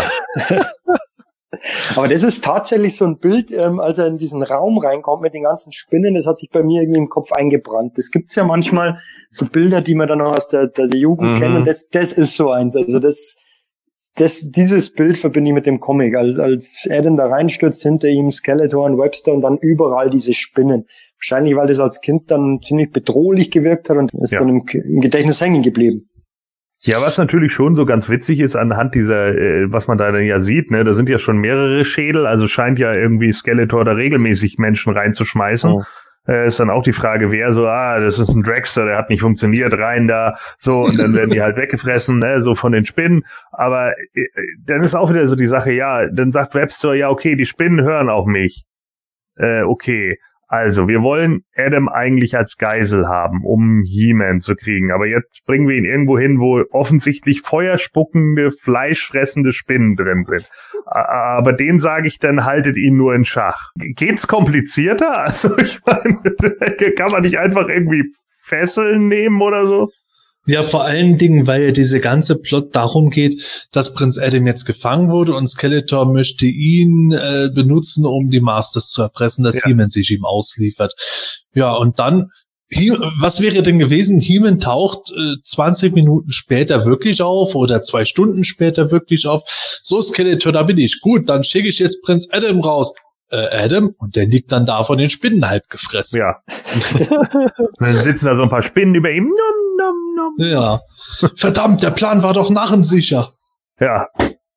Aber das ist tatsächlich so ein Bild, ähm, als er in diesen Raum reinkommt mit den ganzen Spinnen, das hat sich bei mir irgendwie im Kopf eingebrannt. Das gibt's ja manchmal, so Bilder, die man dann auch aus der, der Jugend
Mhm.
kennt, und das, das ist so eins. Also das, das, dieses Bild verbinde ich mit dem Comic. Als, als Adam da reinstürzt, hinter ihm Skeletor und Webster und dann überall diese Spinnen. Wahrscheinlich, weil das als Kind dann ziemlich bedrohlich gewirkt hat und ist
Ja.
dann im, im Gedächtnis hängen geblieben.
Ja, was natürlich schon so ganz witzig ist anhand dieser, äh, was man da dann ja sieht, ne, da sind ja schon mehrere Schädel, also scheint ja irgendwie Skeletor da regelmäßig Menschen reinzuschmeißen.
Oh.
Äh, ist dann auch die Frage, wer so, ah, das ist ein Dragster, der hat nicht funktioniert, rein da, so, und dann werden die halt weggefressen, ne, so von den Spinnen. Aber äh, dann ist auch wieder so die Sache, ja, dann sagt Webster, ja, okay, die Spinnen hören auf mich. Äh, okay. Also, wir wollen Adam eigentlich als Geisel haben, um He-Man zu kriegen. Aber jetzt bringen wir ihn irgendwo hin, wo offensichtlich feuerspuckende, fleischfressende Spinnen drin sind. Aber den sage ich dann, haltet ihn nur in Schach. Geht's komplizierter? Also, ich meine, kann man nicht einfach irgendwie Fesseln nehmen oder so?
Ja, vor allen Dingen, weil ja diese ganze Plot darum geht, dass Prinz Adam jetzt gefangen wurde und Skeletor möchte ihn äh, benutzen, um die Masters zu erpressen, dass
Ja.
He-Man sich ihm ausliefert. Ja, und dann, He- was wäre denn gewesen? He-Man taucht äh, zwanzig Minuten später wirklich auf oder zwei Stunden später wirklich auf. So, Skeletor, da bin ich. Gut, dann schicke ich jetzt Prinz Adam raus. Äh, Adam? Und der liegt dann da von den Spinnen halb gefressen.
Ja. Und dann sitzen da so ein paar Spinnen über ihm. Nom, nom, nom.
Ja. Verdammt, der Plan war doch narrensicher.
Ja.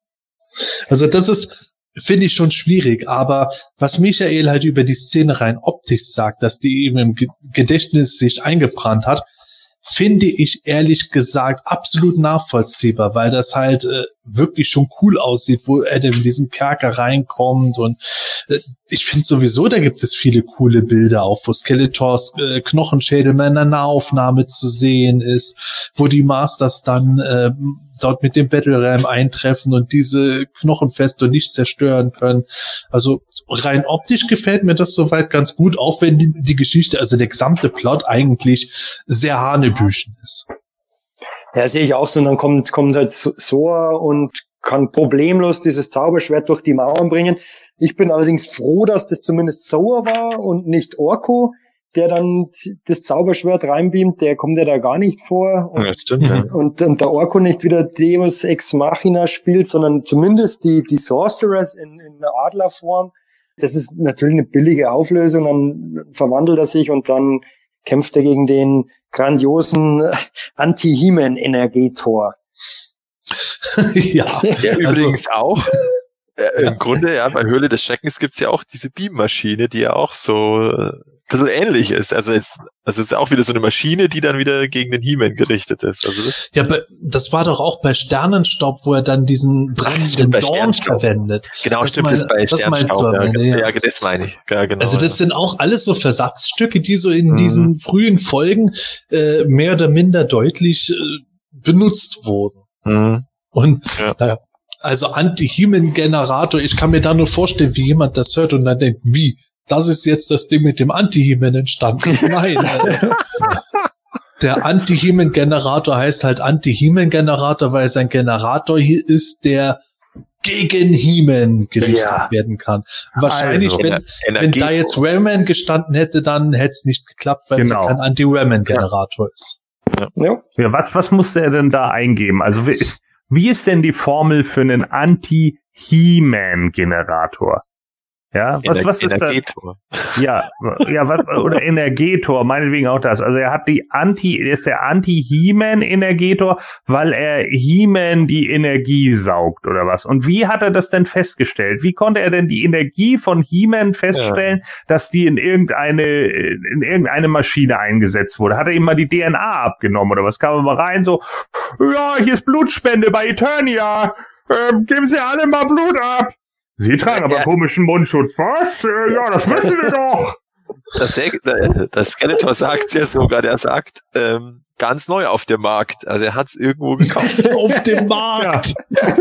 Also das ist, finde ich schon schwierig, aber was Michael halt über die Szene rein optisch sagt, dass die eben im Ge- Gedächtnis sich eingebrannt hat, finde ich ehrlich gesagt absolut nachvollziehbar, weil das halt äh, wirklich schon cool aussieht, wo Adam in diesen Kerker reinkommt und äh, ich finde sowieso, da gibt es viele coole Bilder auch, wo Skeletors äh, Knochenschädel mal in einer Nahaufnahme zu sehen ist, wo die Masters dann äh, dort mit dem Battle Ram eintreffen und diese Knochenfeste nicht zerstören können. Also rein optisch gefällt mir das soweit ganz gut, auch wenn die, die Geschichte, also der gesamte Plot eigentlich sehr hanebüchen ist.
Ja, sehe ich auch so. Und dann kommt, kommt halt Sora und kann problemlos dieses Zauberschwert durch die Mauern bringen. Ich bin allerdings froh, dass das zumindest Sora war und nicht Orko. der dann das Zauberschwert reinbeamt, der kommt ja da gar nicht vor. Und,
ja, stimmt, ja.
und, und der Orko nicht wieder Deus Ex Machina spielt, sondern zumindest die, die Sorceress in, in einer Adlerform. Das ist natürlich eine billige Auflösung, dann verwandelt er sich und dann kämpft er gegen den grandiosen Anti-He-Man-Energetor.
ja,
ja, übrigens auch. Äh, Im Grunde, ja, bei Höhle des Schreckens gibt's ja auch diese Beam-Maschine, die ja auch so äh, ein bisschen ähnlich ist. Also jetzt, also es ist auch wieder so eine Maschine, die dann wieder gegen den He-Man gerichtet ist. Also das
ja, das war doch auch bei Sternenstaub, wo er dann diesen brennenden Dorn verwendet.
Genau,
das
stimmt,
mein,
das bei
das
Sternenstaub.
du,
Ja,
ja.
ja, das meine ich. Ja, genau.
Also das sind auch alles so Versatzstücke, die so in
mhm.
diesen frühen Folgen äh, mehr oder minder deutlich äh, benutzt wurden.
Mhm.
Und
ja.
naja, also Anti-He-Man-Generator, ich kann mir da nur vorstellen, wie jemand das hört und dann denkt, wie? Das ist jetzt das Ding mit dem Anti-He-Man entstanden. Nein. Äh, der Anti-He-Man-Generator heißt halt Anti-He-Man-Generator, weil es ein Generator hier ist, der gegen He-Man gerichtet
ja.
werden kann. Wahrscheinlich,
also,
wenn, wenn da jetzt Rayman gestanden hätte, dann hätte es nicht geklappt, weil genau. es ja kein Anti-Rayman-Generator ja. ist.
Ja. ja, was, was musste er denn da eingeben? Also, wie, wie ist denn die Formel für einen Anti-He-Man-Generator? Ja, was,
Ener-
was ist
Energetor.
da? Ja, ja, was, oder Energetor, meinetwegen auch das. Also er hat die Anti, er ist der Anti-He-Man-Energetor, weil er He-Man die Energie saugt oder was. Und wie hat er das denn festgestellt? Wie konnte er denn die Energie von He-Man feststellen, ja. dass die in irgendeine, in irgendeine Maschine eingesetzt wurde? Hat er ihm mal die D N A abgenommen oder was? Kam er mal rein so, ja, hier ist Blutspende bei Eternia, ähm, geben Sie alle mal Blut ab. Sie tragen aber ja. komischen Mundschutz. Was? Äh, ja, das wissen wir doch.
Das, das Skeletor sagt ja sogar, der sagt, ähm, ganz neu auf dem Markt. Also er hat's irgendwo gekauft.
Auf dem Markt. Ja.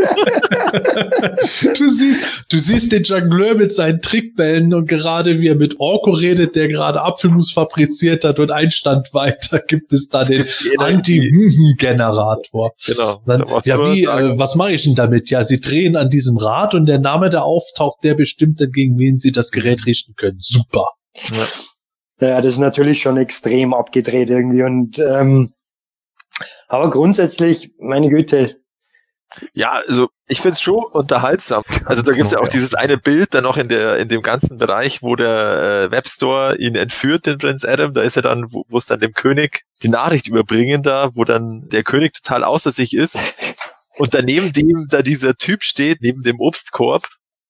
du siehst, du siehst den Jongleur mit seinen Trickbällen und gerade wie er mit Orko redet, der gerade Apfelmus fabriziert hat und ein Stand weiter gibt es da den Anti-Generator.
Genau.
Dann, ja, wie, äh, was mache ich denn damit? Ja, sie drehen an diesem Rad und der Name, der auftaucht, der bestimmt dann, gegen wen sie das Gerät richten können. Super.
Ja. Ja, das ist natürlich schon extrem abgedreht irgendwie und ähm, aber grundsätzlich, meine Güte.
Ja, also ich find's schon unterhaltsam. Also da gibt's ja auch dieses eine Bild dann noch in der in dem ganzen Bereich, wo der äh, Webstore ihn entführt, den Prinz Adam. Da ist er dann, wo es dann dem König die Nachricht überbringen da, wo dann der König total außer sich ist und daneben dem da dieser Typ steht, neben dem Obstkorb.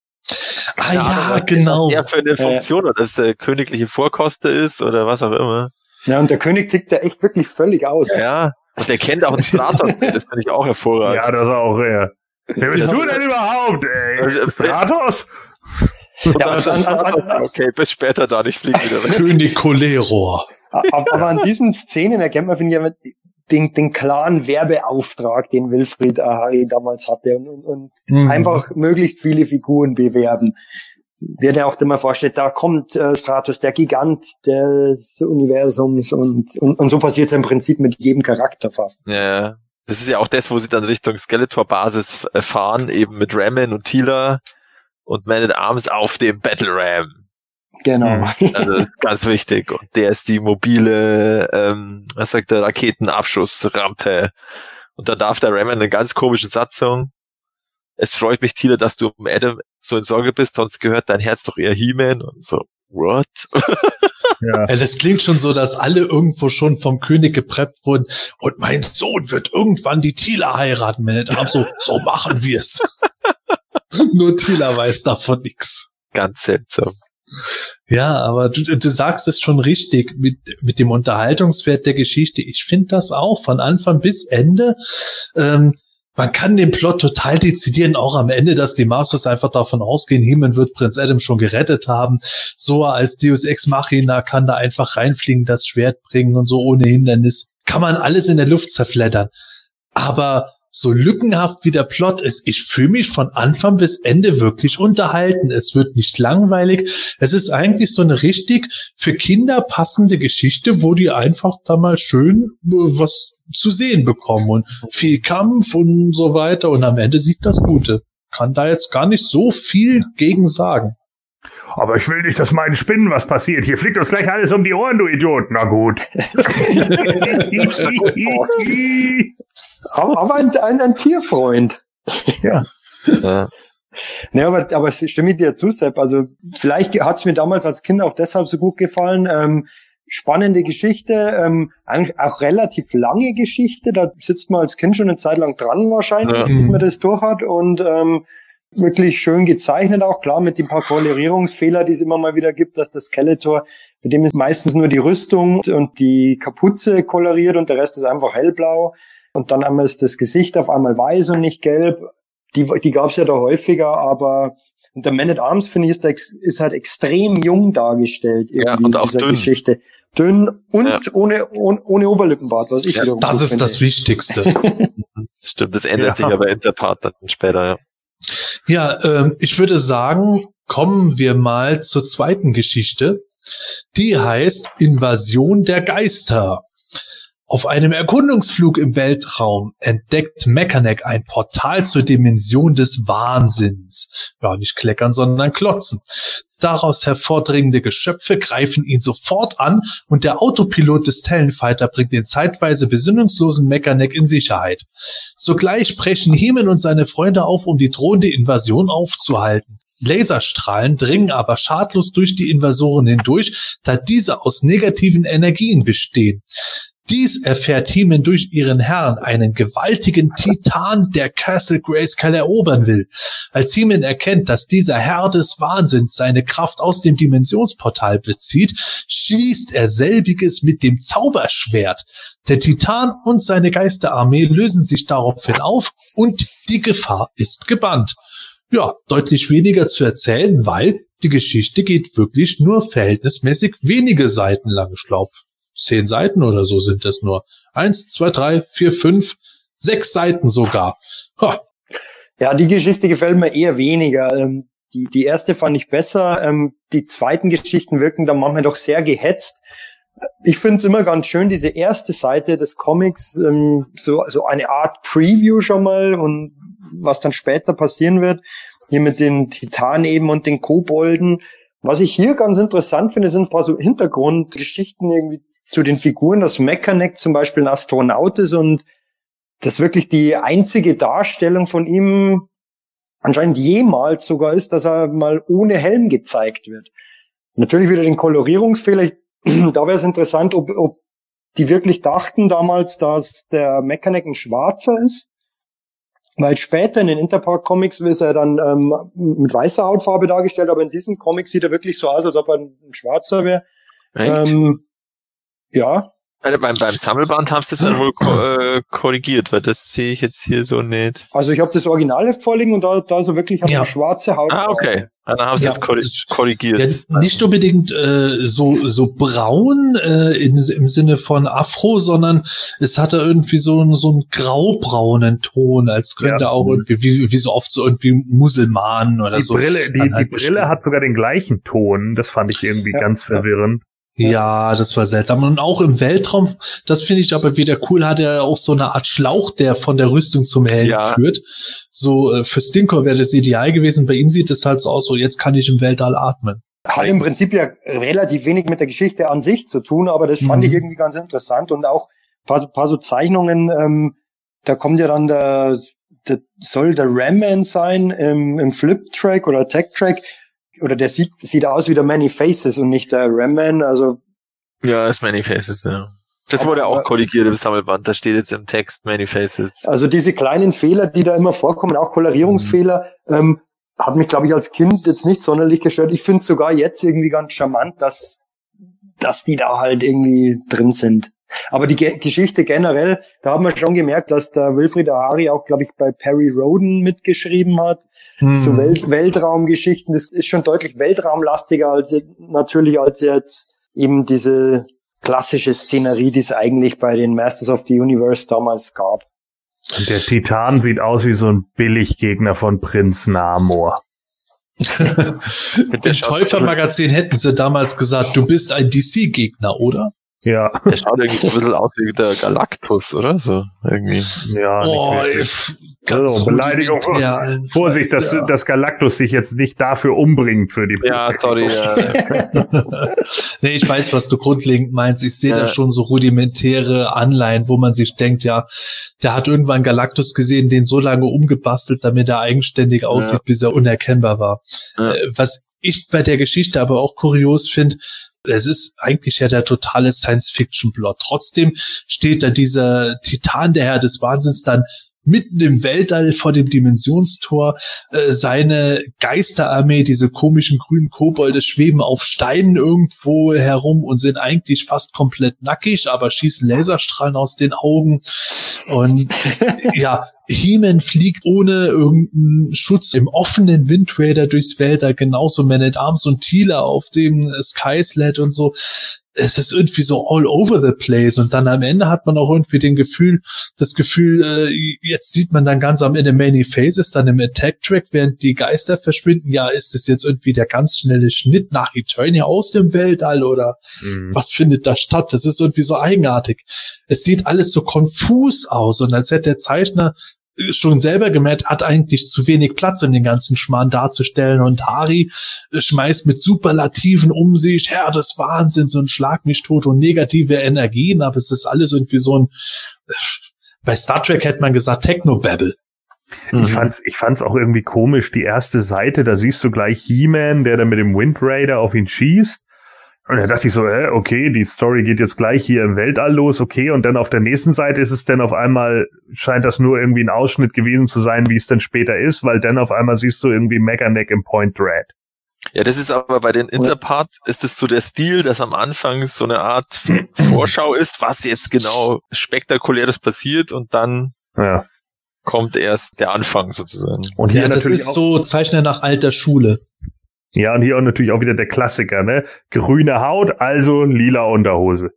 Ah ja, Ahnung, genau.
Was der für eine Funktion hat, ob es der königliche Vorkoster ist oder was auch immer.
Ja, und der König tickt da echt wirklich völlig aus.
Ja, und der kennt auch einen Stratos, das finde ich auch hervorragend.
Ja, das ist auch, ja. Wer bist du denn überhaupt, ey? Stratos?
Ja, dann, dann, okay, bis später dann, ich fliege wieder weg.
König Koleror.
Aber an diesen Szenen erkennt man, finde ich, den, den klaren Werbeauftrag, den Wilfried Ahari damals hatte und, und, und mhm. einfach möglichst viele Figuren bewerben. Wird ja auch immer vorstellt, da kommt äh, Stratos, der Gigant des Universums und, und, und so passiert es im Prinzip mit jedem Charakter fast.
Ja, das ist ja auch das, wo sie dann Richtung Skeletor-Basis fahren, eben mit Ramen und Teela und Man at Arms auf dem Battle Ram.
Genau.
Also das ist ganz wichtig. Und der ist die mobile, ähm, was sagt der, Raketenabschussrampe. Und da darf der Ramen eine ganz komische Satzung. Es freut mich, Teela, dass du um Adam so in Sorge bist, sonst gehört dein Herz doch eher He-Man. Und so, what?
Ja. Ja, das klingt schon so, dass alle irgendwo schon vom König gepreppt wurden. Und mein Sohn wird irgendwann die Teela heiraten. So, so machen wir's. Nur Teela weiß davon nix.
Ganz seltsam.
Ja, aber du, du sagst es schon richtig mit, mit dem Unterhaltungswert der Geschichte. Ich finde das auch von Anfang bis Ende. Ähm, man kann den Plot total dezidieren, auch am Ende, dass die Masters einfach davon ausgehen, He-Man wird Prinz Adam schon gerettet haben. Soa als Deus Ex Machina kann da einfach reinfliegen, das Schwert bringen und so ohne Hindernis. Kann man alles in der Luft zerfleddern. Aber so lückenhaft wie der Plot ist, ich fühle mich von Anfang bis Ende wirklich unterhalten. Es wird nicht langweilig. Es ist eigentlich so eine richtig für Kinder passende Geschichte, wo die einfach da mal schön was zu sehen bekommen und viel Kampf und so weiter. Und am Ende sieht das Gute. Kann da jetzt gar nicht so viel gegen sagen.
Aber ich will nicht, dass meinen Spinnen was passiert. Hier fliegt uns gleich alles um die Ohren, du Idiot. Na gut.
aber aber ein, ein, ein Tierfreund.
Ja.
Ja.
Ne, aber, aber stimme ich dir zu, Sepp. Also vielleicht hat's mir damals als Kind auch deshalb so gut gefallen. Ähm, spannende Geschichte, ähm, eigentlich auch relativ lange Geschichte. Da sitzt man als Kind schon eine Zeit lang dran wahrscheinlich,
Ja.
bis man das durch hat. Und ähm, wirklich schön gezeichnet auch, klar, mit den paar Kolorierungsfehler, die es immer mal wieder gibt, dass das Skeletor, mit dem ist meistens nur die Rüstung und die Kapuze koloriert und der Rest ist einfach hellblau. Und dann einmal ist das Gesicht auf einmal weiß und nicht gelb. Die, die gab es ja da häufiger, aber und der Man at Arms, finde ich, ist, der, ist halt extrem jung dargestellt irgendwie
Ja, und auch
in dieser
dünn.
Geschichte. Dünn und
Ja.
ohne, ohne, ohne Oberlippenbart, was ich
Ja,
wiederum
Das
gut
ist
finde.
das Wichtigste.
Stimmt, das ändert
Ja.
sich aber in der Part dann später, ja.
Ja, ähm, ich würde sagen, kommen wir mal zur zweiten Geschichte. Die heißt Invasion der Geister. Auf einem Erkundungsflug im Weltraum entdeckt Mechaneck ein Portal zur Dimension des Wahnsinns. Ja, nicht kleckern, sondern klotzen. Daraus hervordringende Geschöpfe greifen ihn sofort an und der Autopilot des Talonfighter bringt den zeitweise besinnungslosen Mechaneck in Sicherheit. Sogleich brechen He-Man und seine Freunde auf, um die drohende Invasion aufzuhalten. Laserstrahlen dringen aber schadlos durch die Invasoren hindurch, da diese aus negativen Energien bestehen. Dies erfährt He-Man durch ihren Herrn, einen gewaltigen Titan, der Castle Grayskull erobern will. Als He-Man erkennt, dass dieser Herr des Wahnsinns seine Kraft aus dem Dimensionsportal bezieht, schließt er selbiges mit dem Zauberschwert. Der Titan und seine Geisterarmee lösen sich daraufhin auf und die Gefahr ist gebannt. Ja, deutlich weniger zu erzählen, weil die Geschichte geht wirklich nur verhältnismäßig wenige Seiten lang. Ich glaube, zehn Seiten oder so sind es nur. Eins, zwei, drei, vier, fünf, sechs Seiten sogar. Ha.
Ja, die Geschichte gefällt mir eher weniger. Ähm, die, die erste fand ich besser. Ähm, die zweiten Geschichten wirken dann manchmal doch sehr gehetzt. Ich finde es immer ganz schön, diese erste Seite des Comics, ähm, so, so eine Art Preview schon mal und was dann später passieren wird. Hier mit den Titanen eben und den Kobolden. Was ich hier ganz interessant finde, sind ein paar so Hintergrundgeschichten irgendwie zu den Figuren, dass Mechaneck zum Beispiel ein Astronaut ist und das wirklich die einzige Darstellung von ihm anscheinend jemals sogar ist, dass er mal ohne Helm gezeigt wird. Natürlich wieder den Kolorierungsfehler. Ich, da wäre es interessant, ob, ob die wirklich dachten damals, dass der Mechaneck ein Schwarzer ist. Weil später in den Interpark-Comics ist er dann ähm, mit weißer Hautfarbe dargestellt, aber in diesem Comic sieht er wirklich so aus, als ob er ein, ein Schwarzer wäre. Ähm, ja.
Beim, beim Sammelband haben sie es dann wohl ko äh, korrigiert, weil das sehe ich jetzt hier so nicht.
Also ich habe das Originalheft vorliegen und da, da so wirklich hat er
Ja.
eine schwarze Hautfarbe.
Ah, okay. Dann haben sie
Ja.
das korri korrigiert.
Ja, nicht unbedingt äh, so so braun äh, in, im Sinne von Afro, sondern es hatte irgendwie so, einen- so einen graubraunen Ton, als könnte
Ja.
auch irgendwie, wie, wie so oft so irgendwie Muselmanen oder
Die
so.
Brille, die,
dann
die
halt
Brille
bestimmt.
hat sogar den gleichen Ton. Das fand ich irgendwie
Ja.
ganz verwirrend.
Ja, das war seltsam. Und auch im Weltraum, das finde ich aber wieder cool, hat er auch so eine Art Schlauch, der von der Rüstung zum Helm
Ja.
führt. So, äh, für Stinkor wäre das ideal gewesen. Bei ihm sieht es halt so aus, so jetzt kann ich im Weltall atmen.
Hat im Prinzip ja relativ wenig mit der Geschichte an sich zu tun, aber das fand
Mhm.
ich irgendwie ganz interessant und auch ein paar, paar so Zeichnungen, ähm, da kommt ja dann der, der soll der Ram-Man sein im, im Flip-Track oder Tech-Track, oder der sieht, sieht aus wie der Many Faces und nicht der Ram-Man, also
Ja, ist Many Faces, ja. Das
Aber-
wurde auch
aber-
korrigiert im Sammelband. Da steht jetzt im Text Many Faces.
Also diese kleinen Fehler, die da immer vorkommen, auch Kolorierungsfehler, ähm, hat mich, glaube ich, als Kind jetzt nicht sonderlich gestört. Ich finde es sogar jetzt irgendwie ganz charmant, dass, dass die da halt irgendwie drin sind. Aber die Ge Geschichte generell, da haben wir schon gemerkt, dass der Wilfried Ahari auch, glaube ich, bei Perry Rhodan mitgeschrieben hat. So Welt Weltraumgeschichten, das ist schon deutlich weltraumlastiger als jetzt- natürlich als jetzt eben diese klassische Szenerie, die es eigentlich bei den Masters of the Universe damals gab.
Und der Titan sieht aus wie so ein Billiggegner von Prinz Namor.
Mit der
Im
schaut-
Täufermagazin hätten sie damals gesagt, du bist ein D C-Gegner, oder?
Ja,
Der schaut irgendwie so ein bisschen aus wie der Galactus, oder so? Irgendwie.
ja,
Oh,
nicht wirklich.
ey, Ganz
also, Beleidigung. Vorsicht, dass, ja. dass Galactus sich jetzt nicht dafür umbringt für die.
Ja, sorry. Ja.
Nee, ich weiß, was du grundlegend meinst. Ich sehe
ja.
da schon so rudimentäre Anleihen, wo man sich denkt, ja, der hat irgendwann Galactus gesehen, den so lange umgebastelt, damit er eigenständig aussieht, ja. bis er unerkennbar war. Ja. Was ich bei der Geschichte aber auch kurios finde, es ist eigentlich ja der totale Science-Fiction-Plot. Trotzdem steht da dieser Titan, der Herr des Wahnsinns, dann mitten im Weltall vor dem Dimensionstor. Äh, seine Geisterarmee, diese komischen grünen Kobolde, schweben auf Steinen irgendwo herum und sind eigentlich fast komplett nackig, aber schießen Laserstrahlen aus den Augen. Und ja, He-Man fliegt ohne irgendeinen Schutz im offenen Wind Raider durchs Weltall, genauso Man at Arms und Teela auf dem Sky Sled und so. Es ist irgendwie so all over the place und dann am Ende hat man auch irgendwie den Gefühl, das Gefühl, äh, jetzt sieht man dann ganz am Ende Many Faces, dann im Attack-Track, während die Geister verschwinden. Ja, ist das jetzt irgendwie der ganz schnelle Schnitt nach Eternia aus dem Weltall oder mhm. was findet da statt? Das ist irgendwie so eigenartig. Es sieht alles so konfus aus und als hätte der Zeichner schon selber gemerkt, hat eigentlich zu wenig Platz, um den ganzen Schmarrn darzustellen. Und Hari schmeißt mit Superlativen um sich, Herr des Wahnsinns und Schlag mich tot und negative Energien, aber es ist alles irgendwie so ein, bei Star Trek hätte man gesagt, Technobabble.
Ich fand's, ich fand's auch irgendwie komisch, die erste Seite, da siehst du gleich He-Man, der da mit dem Wind Raider auf ihn schießt. Und da dachte ich so, hä, okay, die Story geht jetzt gleich hier im Weltall los, okay, und dann auf der nächsten Seite ist es dann auf einmal, scheint das nur irgendwie ein Ausschnitt gewesen zu sein, wie es dann später ist, weil dann auf einmal siehst du irgendwie Mechaneck im Point Dread.
Ja, das ist aber bei den Interpart, ist es so der Stil, dass am Anfang so eine Art Vorschau ist, was jetzt genau Spektakuläres passiert und dann ja. kommt erst der Anfang sozusagen.
Und hier ja, das ist so Zeichner nach alter Schule.
Ja, und hier auch natürlich auch wieder der Klassiker, ne? Grüne Haut, also lila Unterhose.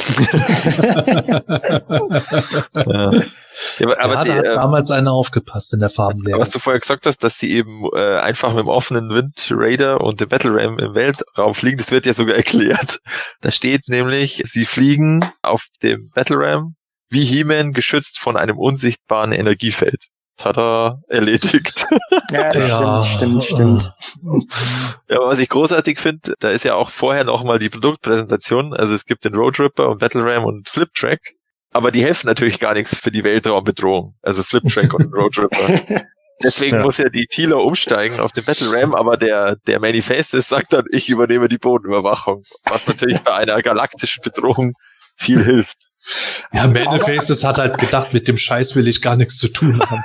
ja. Ja, aber, aber
ja,
die,
da hat
äh,
damals einer aufgepasst in der Farbenlehre.
Was du vorher gesagt hast, dass sie eben äh, einfach mit dem offenen Wind Raider und dem Battle Ram im Weltraum fliegen, das wird ja sogar erklärt. Da steht nämlich, sie fliegen auf dem Battle Ram wie He-Man geschützt von einem unsichtbaren Energiefeld. Tada, erledigt.
Ja, das ja. stimmt, stimmt, stimmt.
Ja, aber was ich großartig finde, da ist ja auch vorher nochmal die Produktpräsentation. Also es gibt den Road Ripper und Battle Ram und Flip Track. Aber die helfen natürlich gar nichts für die Weltraumbedrohung. Also Flip Track und Road Ripper. Deswegen ja. muss ja die Teela umsteigen auf den Battle Ram, aber der, der Manifestus sagt dann, ich übernehme die Bodenüberwachung. Was natürlich bei einer galaktischen Bedrohung viel hilft.
Ja, Manifestus hat halt gedacht, mit dem Scheiß will ich gar nichts zu tun haben.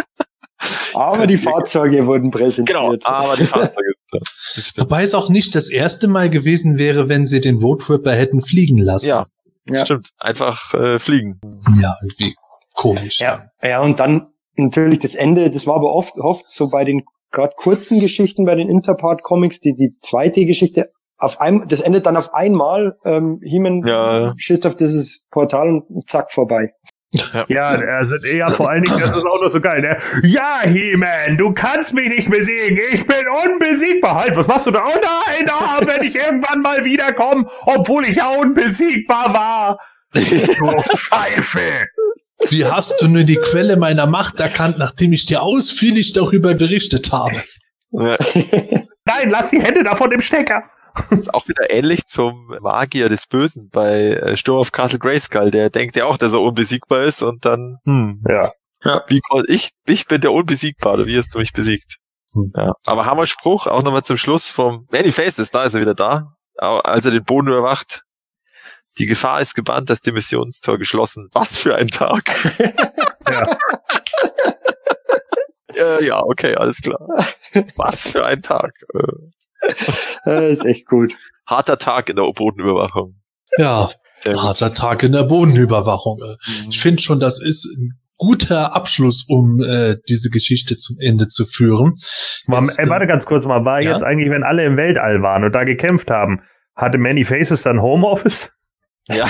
Aber die Fahrzeuge wurden präsentiert.
Genau, aber die Fahrzeuge.
Wobei es auch nicht das erste Mal gewesen wäre, wenn sie den Road Ripper hätten fliegen lassen.
Ja, ja. Stimmt. Einfach äh, fliegen.
Ja, irgendwie komisch.
Ja, ja, und dann natürlich das Ende, das war aber oft, oft so bei den gerade kurzen Geschichten, bei den Interpart-Comics, die, die zweite Geschichte, auf einem, das endet dann auf einmal, ähm, He-Man
ja.
schießt auf dieses Portal und zack, vorbei.
Ja, ja, also, ja, vor allen Dingen, das ist auch noch so geil, ne? Ja, He-Man, du kannst mich nicht besiegen, ich bin unbesiegbar. Halt, was machst du da? Oh nein, oh, wenn ich irgendwann mal wiederkomme, obwohl ich ja unbesiegbar war. Du Pfeife.
Wie hast du nur die Quelle meiner Macht erkannt, nachdem ich dir ausführlich darüber berichtet habe?
Ja.
Nein, lass die Hände davon im Stecker.
Das ist auch wieder ähnlich zum Magier des Bösen bei Sturm auf Castle Grayskull. Der denkt ja auch, dass er unbesiegbar ist und dann, hm,
ja.
ja. Wie ich, ich bin der Unbesiegbare, wie hast du mich besiegt? Hm. Ja. Aber Hammerspruch, auch nochmal zum Schluss vom Manifestus, da ist er wieder da, als er den Boden überwacht. Die Gefahr ist gebannt, das Dimensionstor geschlossen. Was für ein Tag.
Ja.
äh, ja, okay, alles klar. Was für ein Tag.
Das ist echt gut.
Harter Tag in der Bodenüberwachung.
Ja, harter Tag in der Bodenüberwachung. Mhm. Ich finde schon, das ist ein guter Abschluss, um äh, diese Geschichte zum Ende zu führen.
War, jetzt, ey, warte ganz kurz mal, war ja? jetzt eigentlich, wenn alle im Weltall waren und da gekämpft haben, hatte Many Faces dann Homeoffice?
Ja.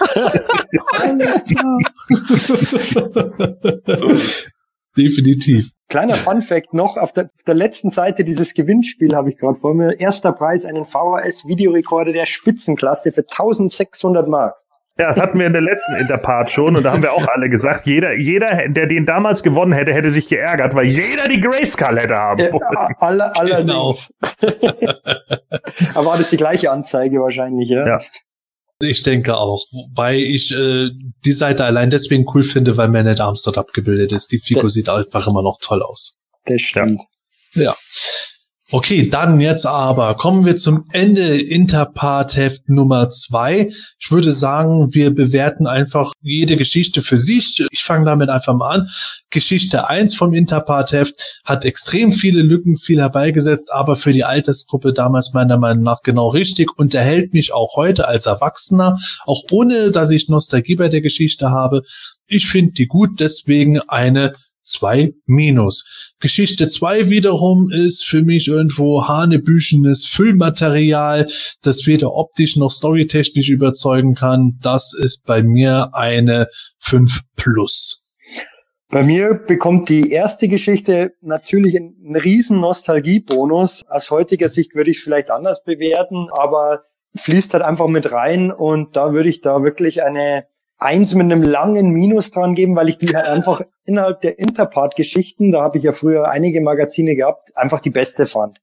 So.
Definitiv.
Kleiner Funfact noch, auf der, auf der letzten Seite dieses Gewinnspiel habe ich gerade vor mir. Erster Preis, einen V H S-Videorekorder der Spitzenklasse für eintausendsechshundert Mark.
Ja, das hatten wir in der letzten Interpart schon und da haben wir auch alle gesagt, jeder, jeder, der den damals gewonnen hätte, hätte sich geärgert, weil jeder die Grayskull hätte haben wollen.
Ja, alle, allerdings. Genau. Aber war das die gleiche Anzeige wahrscheinlich, ja?
Ja.
Ich denke auch, wobei ich äh, die Seite allein deswegen cool finde, weil Man at Arms dort abgebildet ist. Die Figur das sieht einfach immer noch toll aus.
Das stimmt.
Ja. ja. Okay, dann jetzt aber kommen wir zum Ende Interpart-Heft Nummer zwei. Ich würde sagen, wir bewerten einfach jede Geschichte für sich. Ich fange damit einfach mal an. Geschichte eins vom Interpart-Heft hat extrem viele Lücken, viel herbeigesetzt, aber für die Altersgruppe damals meiner Meinung nach genau richtig, unterhält mich auch heute als Erwachsener, auch ohne, dass ich Nostalgie bei der Geschichte habe. Ich finde die gut, deswegen eine zwei minus. Geschichte zwei wiederum ist für mich irgendwo hanebüchenes Füllmaterial, das weder optisch noch storytechnisch überzeugen kann. Das ist bei mir eine fünf plus.
Bei mir bekommt die erste Geschichte natürlich einen riesen Nostalgiebonus. Aus heutiger Sicht würde ich es vielleicht anders bewerten, aber fließt halt einfach mit rein und da würde ich da wirklich eine eins mit einem langen Minus dran geben, weil ich die halt einfach innerhalb der Interpart-Geschichten, da habe ich ja früher einige Magazine gehabt, einfach die beste fand.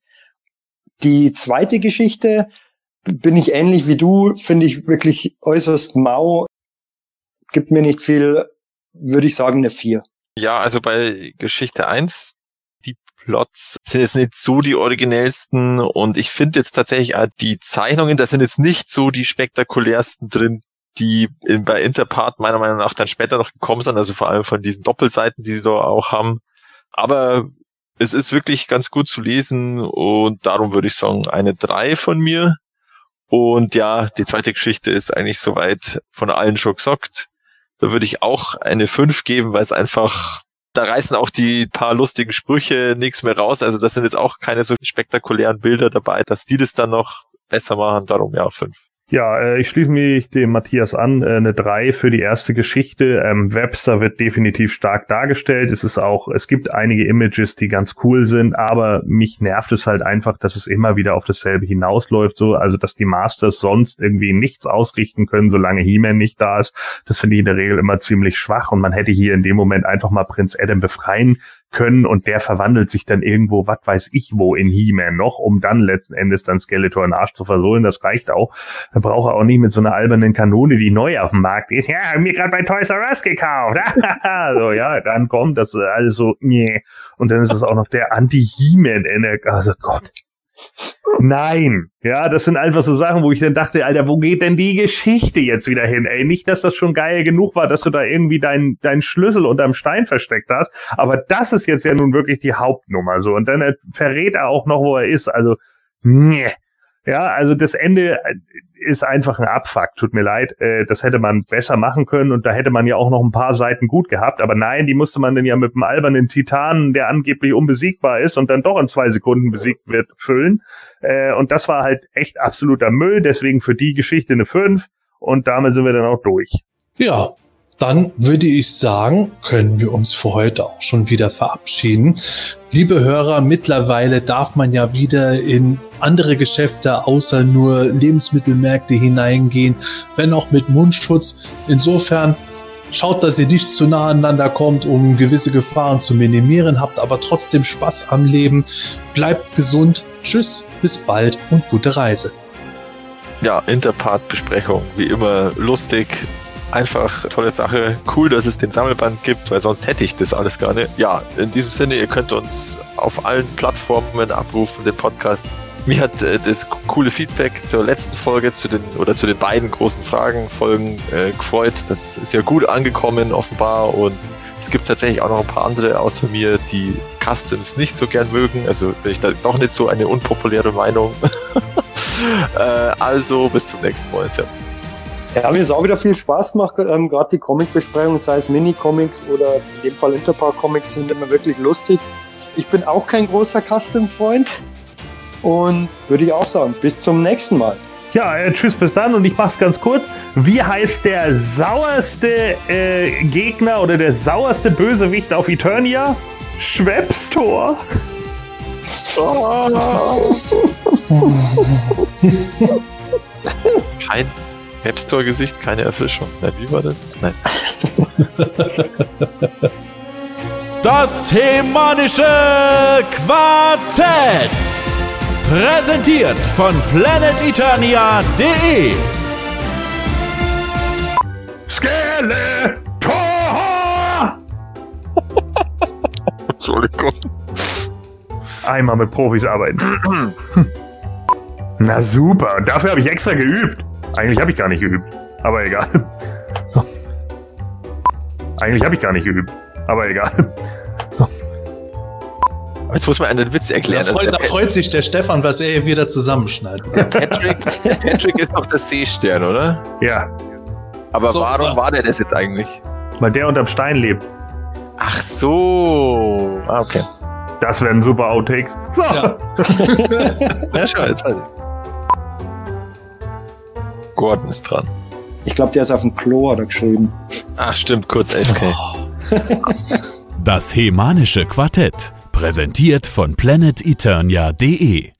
Die zweite Geschichte bin ich ähnlich wie du, finde ich wirklich äußerst mau, gibt mir nicht viel, würde ich sagen eine vier.
Ja, also bei Geschichte eins, die Plots sind jetzt nicht so die originellsten und ich finde jetzt tatsächlich auch die Zeichnungen, da sind jetzt nicht so die spektakulärsten drin, die in, bei Interpart meiner Meinung nach dann später noch gekommen sind, also vor allem von diesen Doppelseiten, die sie da auch haben. Aber es ist wirklich ganz gut zu lesen und darum würde ich sagen eine drei von mir. Und ja, die zweite Geschichte ist eigentlich soweit von allen schon gesagt. Da würde ich auch eine fünf geben, weil es einfach, da reißen auch die paar lustigen Sprüche nichts mehr raus. Also das sind jetzt auch keine so spektakulären Bilder dabei, dass die das dann noch besser machen. Darum ja, fünf.
Ja, äh, ich schließe mich dem Matthias an, äh, eine drei für die erste Geschichte. Ähm, Webster wird definitiv stark dargestellt. Es ist auch, es gibt einige Images, die ganz cool sind, aber mich nervt es halt einfach, dass es immer wieder auf dasselbe hinausläuft, so, also dass die Masters sonst irgendwie nichts ausrichten können, solange He-Man nicht da ist. Das finde ich in der Regel immer ziemlich schwach und man hätte hier in dem Moment einfach mal Prinz Adam befreien können und der verwandelt sich dann irgendwo, was weiß ich wo, in He-Man noch, um dann letzten Endes dann Skeletor in den Arsch zu versohlen. Das reicht auch. Dann braucht er auch nicht mit so einer albernen Kanone, die neu auf dem Markt ist. Ja, hab mir gerade bei Toys R Us gekauft. So, ja, dann kommt das alles so, nee. Und dann ist es auch noch der Anti-He-Man. Also Gott. Nein, ja, das sind einfach so Sachen, wo ich dann dachte, Alter, wo geht denn die Geschichte jetzt wieder hin? Ey, nicht, dass das schon geil genug war, dass du da irgendwie deinen deinen Schlüssel unterm Stein versteckt hast, aber das ist jetzt ja nun wirklich die Hauptnummer so und dann äh, verrät er auch noch, wo er ist, also nee. Ja, also das Ende ist einfach ein Abfuck, tut mir leid, äh, das hätte man besser machen können und da hätte man ja auch noch ein paar Seiten gut gehabt, aber nein, die musste man dann ja mit einem albernen Titanen, der angeblich unbesiegbar ist und dann doch in zwei Sekunden besiegt wird, füllen äh, und das war halt echt absoluter Müll, deswegen für die Geschichte eine fünf und damit sind wir dann auch durch.
Ja, dann würde ich sagen, können wir uns für heute auch schon wieder verabschieden. Liebe Hörer, mittlerweile darf man ja wieder in andere Geschäfte außer nur Lebensmittelmärkte hineingehen, wenn auch mit Mundschutz. Insofern schaut, dass ihr nicht zu nah aneinander kommt, um gewisse Gefahren zu minimieren, habt aber trotzdem Spaß am Leben. Bleibt gesund. Tschüss, bis bald und gute Reise.
Ja, Interpart-Besprechung, wie immer lustig. Einfach tolle Sache. Cool, dass es den Sammelband gibt, weil sonst hätte ich das alles gar nicht. Ja, in diesem Sinne, ihr könnt uns auf allen Plattformen abrufen, den Podcast. Mir hat äh, das coole Feedback zur letzten Folge, zu den oder zu den beiden großen Fragen-Folgen äh, gefreut. Das ist ja gut angekommen, offenbar. Und es gibt tatsächlich auch noch ein paar andere außer mir, die Customs nicht so gern mögen. Also bin ich da doch nicht so eine unpopuläre Meinung. äh, also, bis zum nächsten Mal. Servus.
Ja, mir ist auch wieder viel Spaß gemacht, ähm, gerade die Comic-Besprechungen, sei es Mini-Comics oder in dem Fall Interpart-Comics, sind immer wirklich lustig. Ich bin auch kein großer Custom-Freund und würde ich auch sagen, bis zum nächsten Mal.
Ja, äh, tschüss, bis dann und ich mach's ganz kurz. Wie heißt der sauerste äh, Gegner oder der sauerste Bösewicht auf Eternia? Schwebstor.
Kein App Store-Gesicht, keine Erfrischung. Nein, wie war das? Nein.
Das Hemanische Quartett. Präsentiert von Planet Eternia punkt de.
Skeletor!
Entschuldigung.
Einmal mit Profis arbeiten. Na super, und dafür habe ich extra geübt. Eigentlich habe ich gar nicht geübt, aber egal. So. Eigentlich habe ich gar nicht geübt, aber egal. So.
Jetzt muss man einen Witz erklären.
Da, freut, da freut sich der Stefan, was er hier wieder zusammenschneidet.
Patrick, Patrick ist doch der Seestern, oder?
Ja,
Aber
So,
warum
ja.
war der das jetzt eigentlich?
weil der unterm Stein lebt.
Ach so. Ah, okay.
Das werden super Outtakes. So.
Ja.
Ja, schau, jetzt weiß ich's. Gordon ist dran.
Ich glaube, der ist auf dem Klo, hat er geschrieben.
Ach, stimmt, kurz elf K.
Das Hemanische Quartett. Präsentiert von Planet Eternia punkt de.